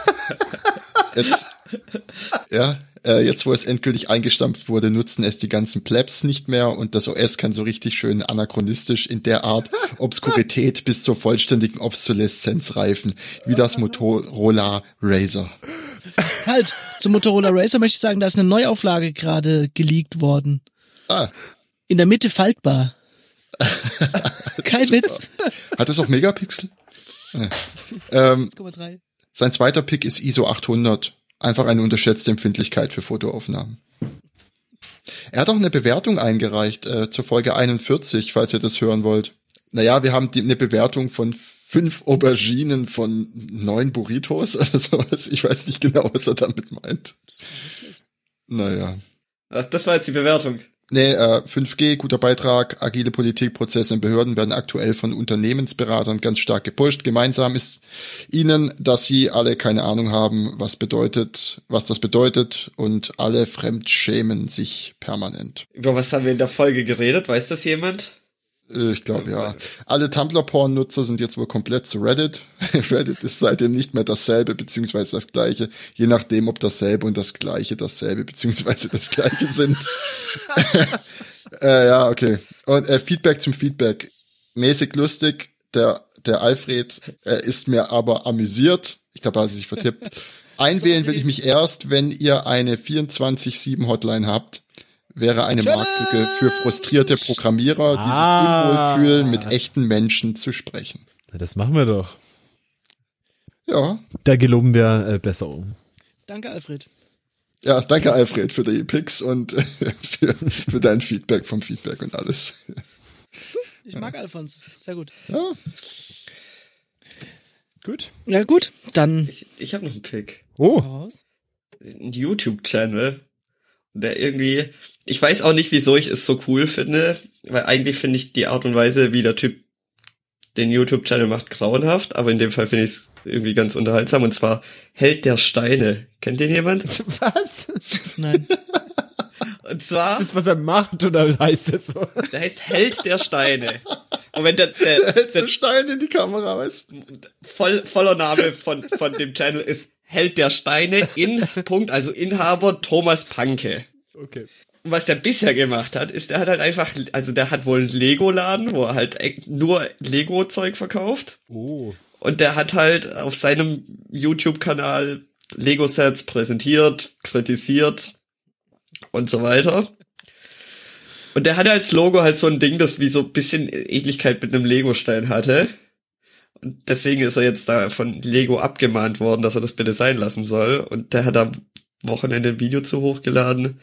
jetzt, wo es endgültig eingestampft wurde, nutzen es die ganzen Plebs nicht mehr und das OS kann so richtig schön anachronistisch in der Art Obskurität bis zur vollständigen Obsoleszenz reifen, wie das Motorola Razr. Halt, zum Motorola Razr möchte ich sagen, da ist eine Neuauflage gerade geleakt worden. Ah, In der Mitte faltbar. Kein Witz. hat es auch Megapixel? 1,3. Sein zweiter Pick ist ISO 800. Einfach eine unterschätzte Empfindlichkeit für Fotoaufnahmen. Er hat auch eine Bewertung eingereicht zur Folge 41, falls ihr das hören wollt. Naja, wir haben eine Bewertung von 5 Auberginen von 9 Burritos oder sowas. Ich weiß nicht genau, was er damit meint. Naja. Ach, das war jetzt die Bewertung. Nee, 5G, guter Beitrag, agile Politikprozesse in Behörden werden aktuell von Unternehmensberatern ganz stark gepusht. Gemeinsam ist ihnen, dass sie alle keine Ahnung haben, was das bedeutet und alle fremdschämen sich permanent. Über was haben wir in der Folge geredet? Weiß das jemand? Ich glaube, ja. Alle Tumblr-Porn-Nutzer sind jetzt wohl komplett zu Reddit. Reddit ist seitdem nicht mehr dasselbe beziehungsweise das Gleiche, je nachdem, ob dasselbe und das Gleiche dasselbe beziehungsweise das Gleiche sind. Ja, okay. Und Feedback zum Feedback. Mäßig lustig. Der Alfred ist mir aber amüsiert. Ich glaube, er hat sich vertippt. Einwählen will ich mich erst, wenn ihr eine 24/7 Hotline habt. wäre eine Marktlücke für frustrierte Programmierer, die sich unwohl fühlen, mit echten Menschen zu sprechen. Na, das machen wir doch. Ja. Da geloben wir Besserung. Danke, Alfred. Ja, danke Alfred für die Picks und für dein Feedback vom Feedback und alles. Ich mag Alfons. Sehr gut. Ja. Gut. Ja, gut. Dann Ich habe noch einen Pick. Oh. raus. Ein YouTube-Channel, der irgendwie, ich weiß auch nicht, wieso ich es so cool finde, weil eigentlich finde ich die Art und Weise, wie der Typ den YouTube-Channel macht, grauenhaft, aber in dem Fall finde ich es irgendwie ganz unterhaltsam, und zwar Held der Steine. Kennt den jemand? Was? Nein. Und zwar, Ist das, was er macht, oder heißt das so? der heißt Held der Steine. Und wenn der So Stein in die Kamera, weißt du? voller Name von dem Channel ist Held der Steine, also Inhaber Thomas Panke. Okay. Und was der bisher gemacht hat, ist, der hat halt einfach, also der hat wohl einen Lego-Laden, wo er halt nur Lego-Zeug verkauft. Oh. Und der hat halt auf seinem YouTube-Kanal Lego-Sets präsentiert, kritisiert und so weiter. Und der hatte als Logo halt so ein Ding, das wie so ein bisschen Ähnlichkeit mit einem Lego-Stein hatte. Und deswegen ist er jetzt da von Lego abgemahnt worden, dass er das bitte sein lassen soll. Und der hat am Wochenende ein Video zu hochgeladen.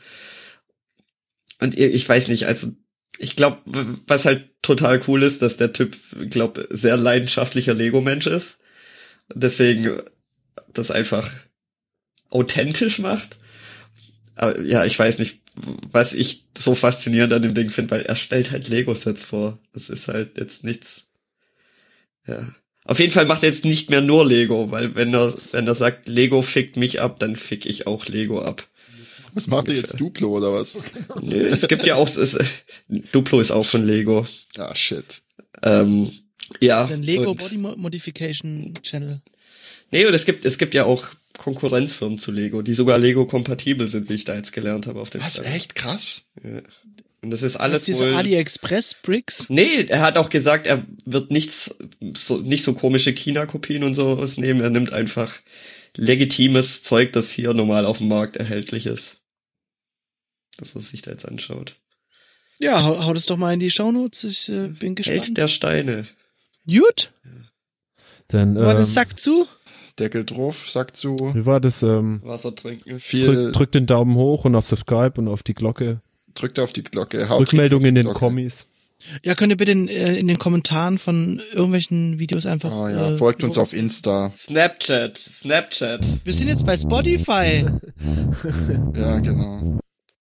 Und ich weiß nicht, also ich glaube, was halt total cool ist, dass der Typ, glaube, sehr leidenschaftlicher Lego-Mensch ist. Und deswegen das einfach authentisch macht. Aber ja, ich weiß nicht, was ich so faszinierend an dem Ding finde, weil er stellt halt Lego-Sets vor. Das ist halt jetzt nichts. Ja. Auf jeden Fall macht er jetzt nicht mehr nur Lego, weil wenn er sagt, Lego fickt mich ab, dann fick ich auch Lego ab. Was macht ihr jetzt, Duplo oder was? Nee, es gibt ja auch, Duplo ist auch von Lego. Ah, shit. Ja. Ein Lego und- Body Modification Channel. Nee, und es gibt ja auch Konkurrenzfirmen zu Lego, die sogar Lego-kompatibel sind, wie ich da jetzt gelernt habe auf dem Was, Channel. echt krass? Ja. Und das ist alles Diese wohl... AliExpress Bricks. Nee, er hat auch gesagt, er wird nicht so komische China-Kopien und sowas nehmen. Er nimmt einfach legitimes Zeug, das hier normal auf dem Markt erhältlich ist. Dass er sich da jetzt anschaut. Ja, hau das doch mal in die Shownotes. Ich bin gespannt. Held der Steine. Gut. Dann, War das Sack zu? Deckel drauf, sagt so. wie war das? Wasser trinken. Viel, Drück den Daumen hoch und auf Subscribe und auf die Glocke. drückt auf die Glocke. Haut Rückmeldung in den Glocke. Kommis. Ja, könnt ihr bitte in den Kommentaren von irgendwelchen Videos einfach. Oh ja, folgt uns auf Insta. Snapchat. Wir sind jetzt bei Spotify. Ja, genau.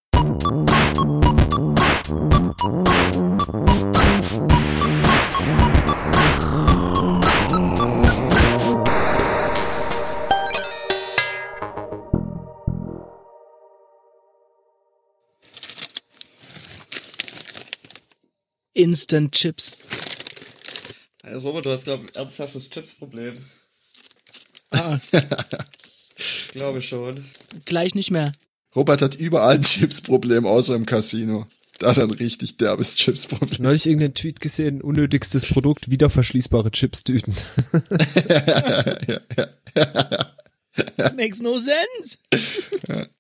Instant Chips. Also Robert, du hast, glaube ich, ein ernsthaftes Chips-Problem. Ah, Ich glaube schon. gleich nicht mehr. Robert hat überall ein Chips-Problem, außer im Casino. Da hat er ein richtig derbes Chips-Problem. Neulich irgendeinen Tweet gesehen, unnötigstes Produkt, wiederverschließbare Chips-Tüten. Makes no sense.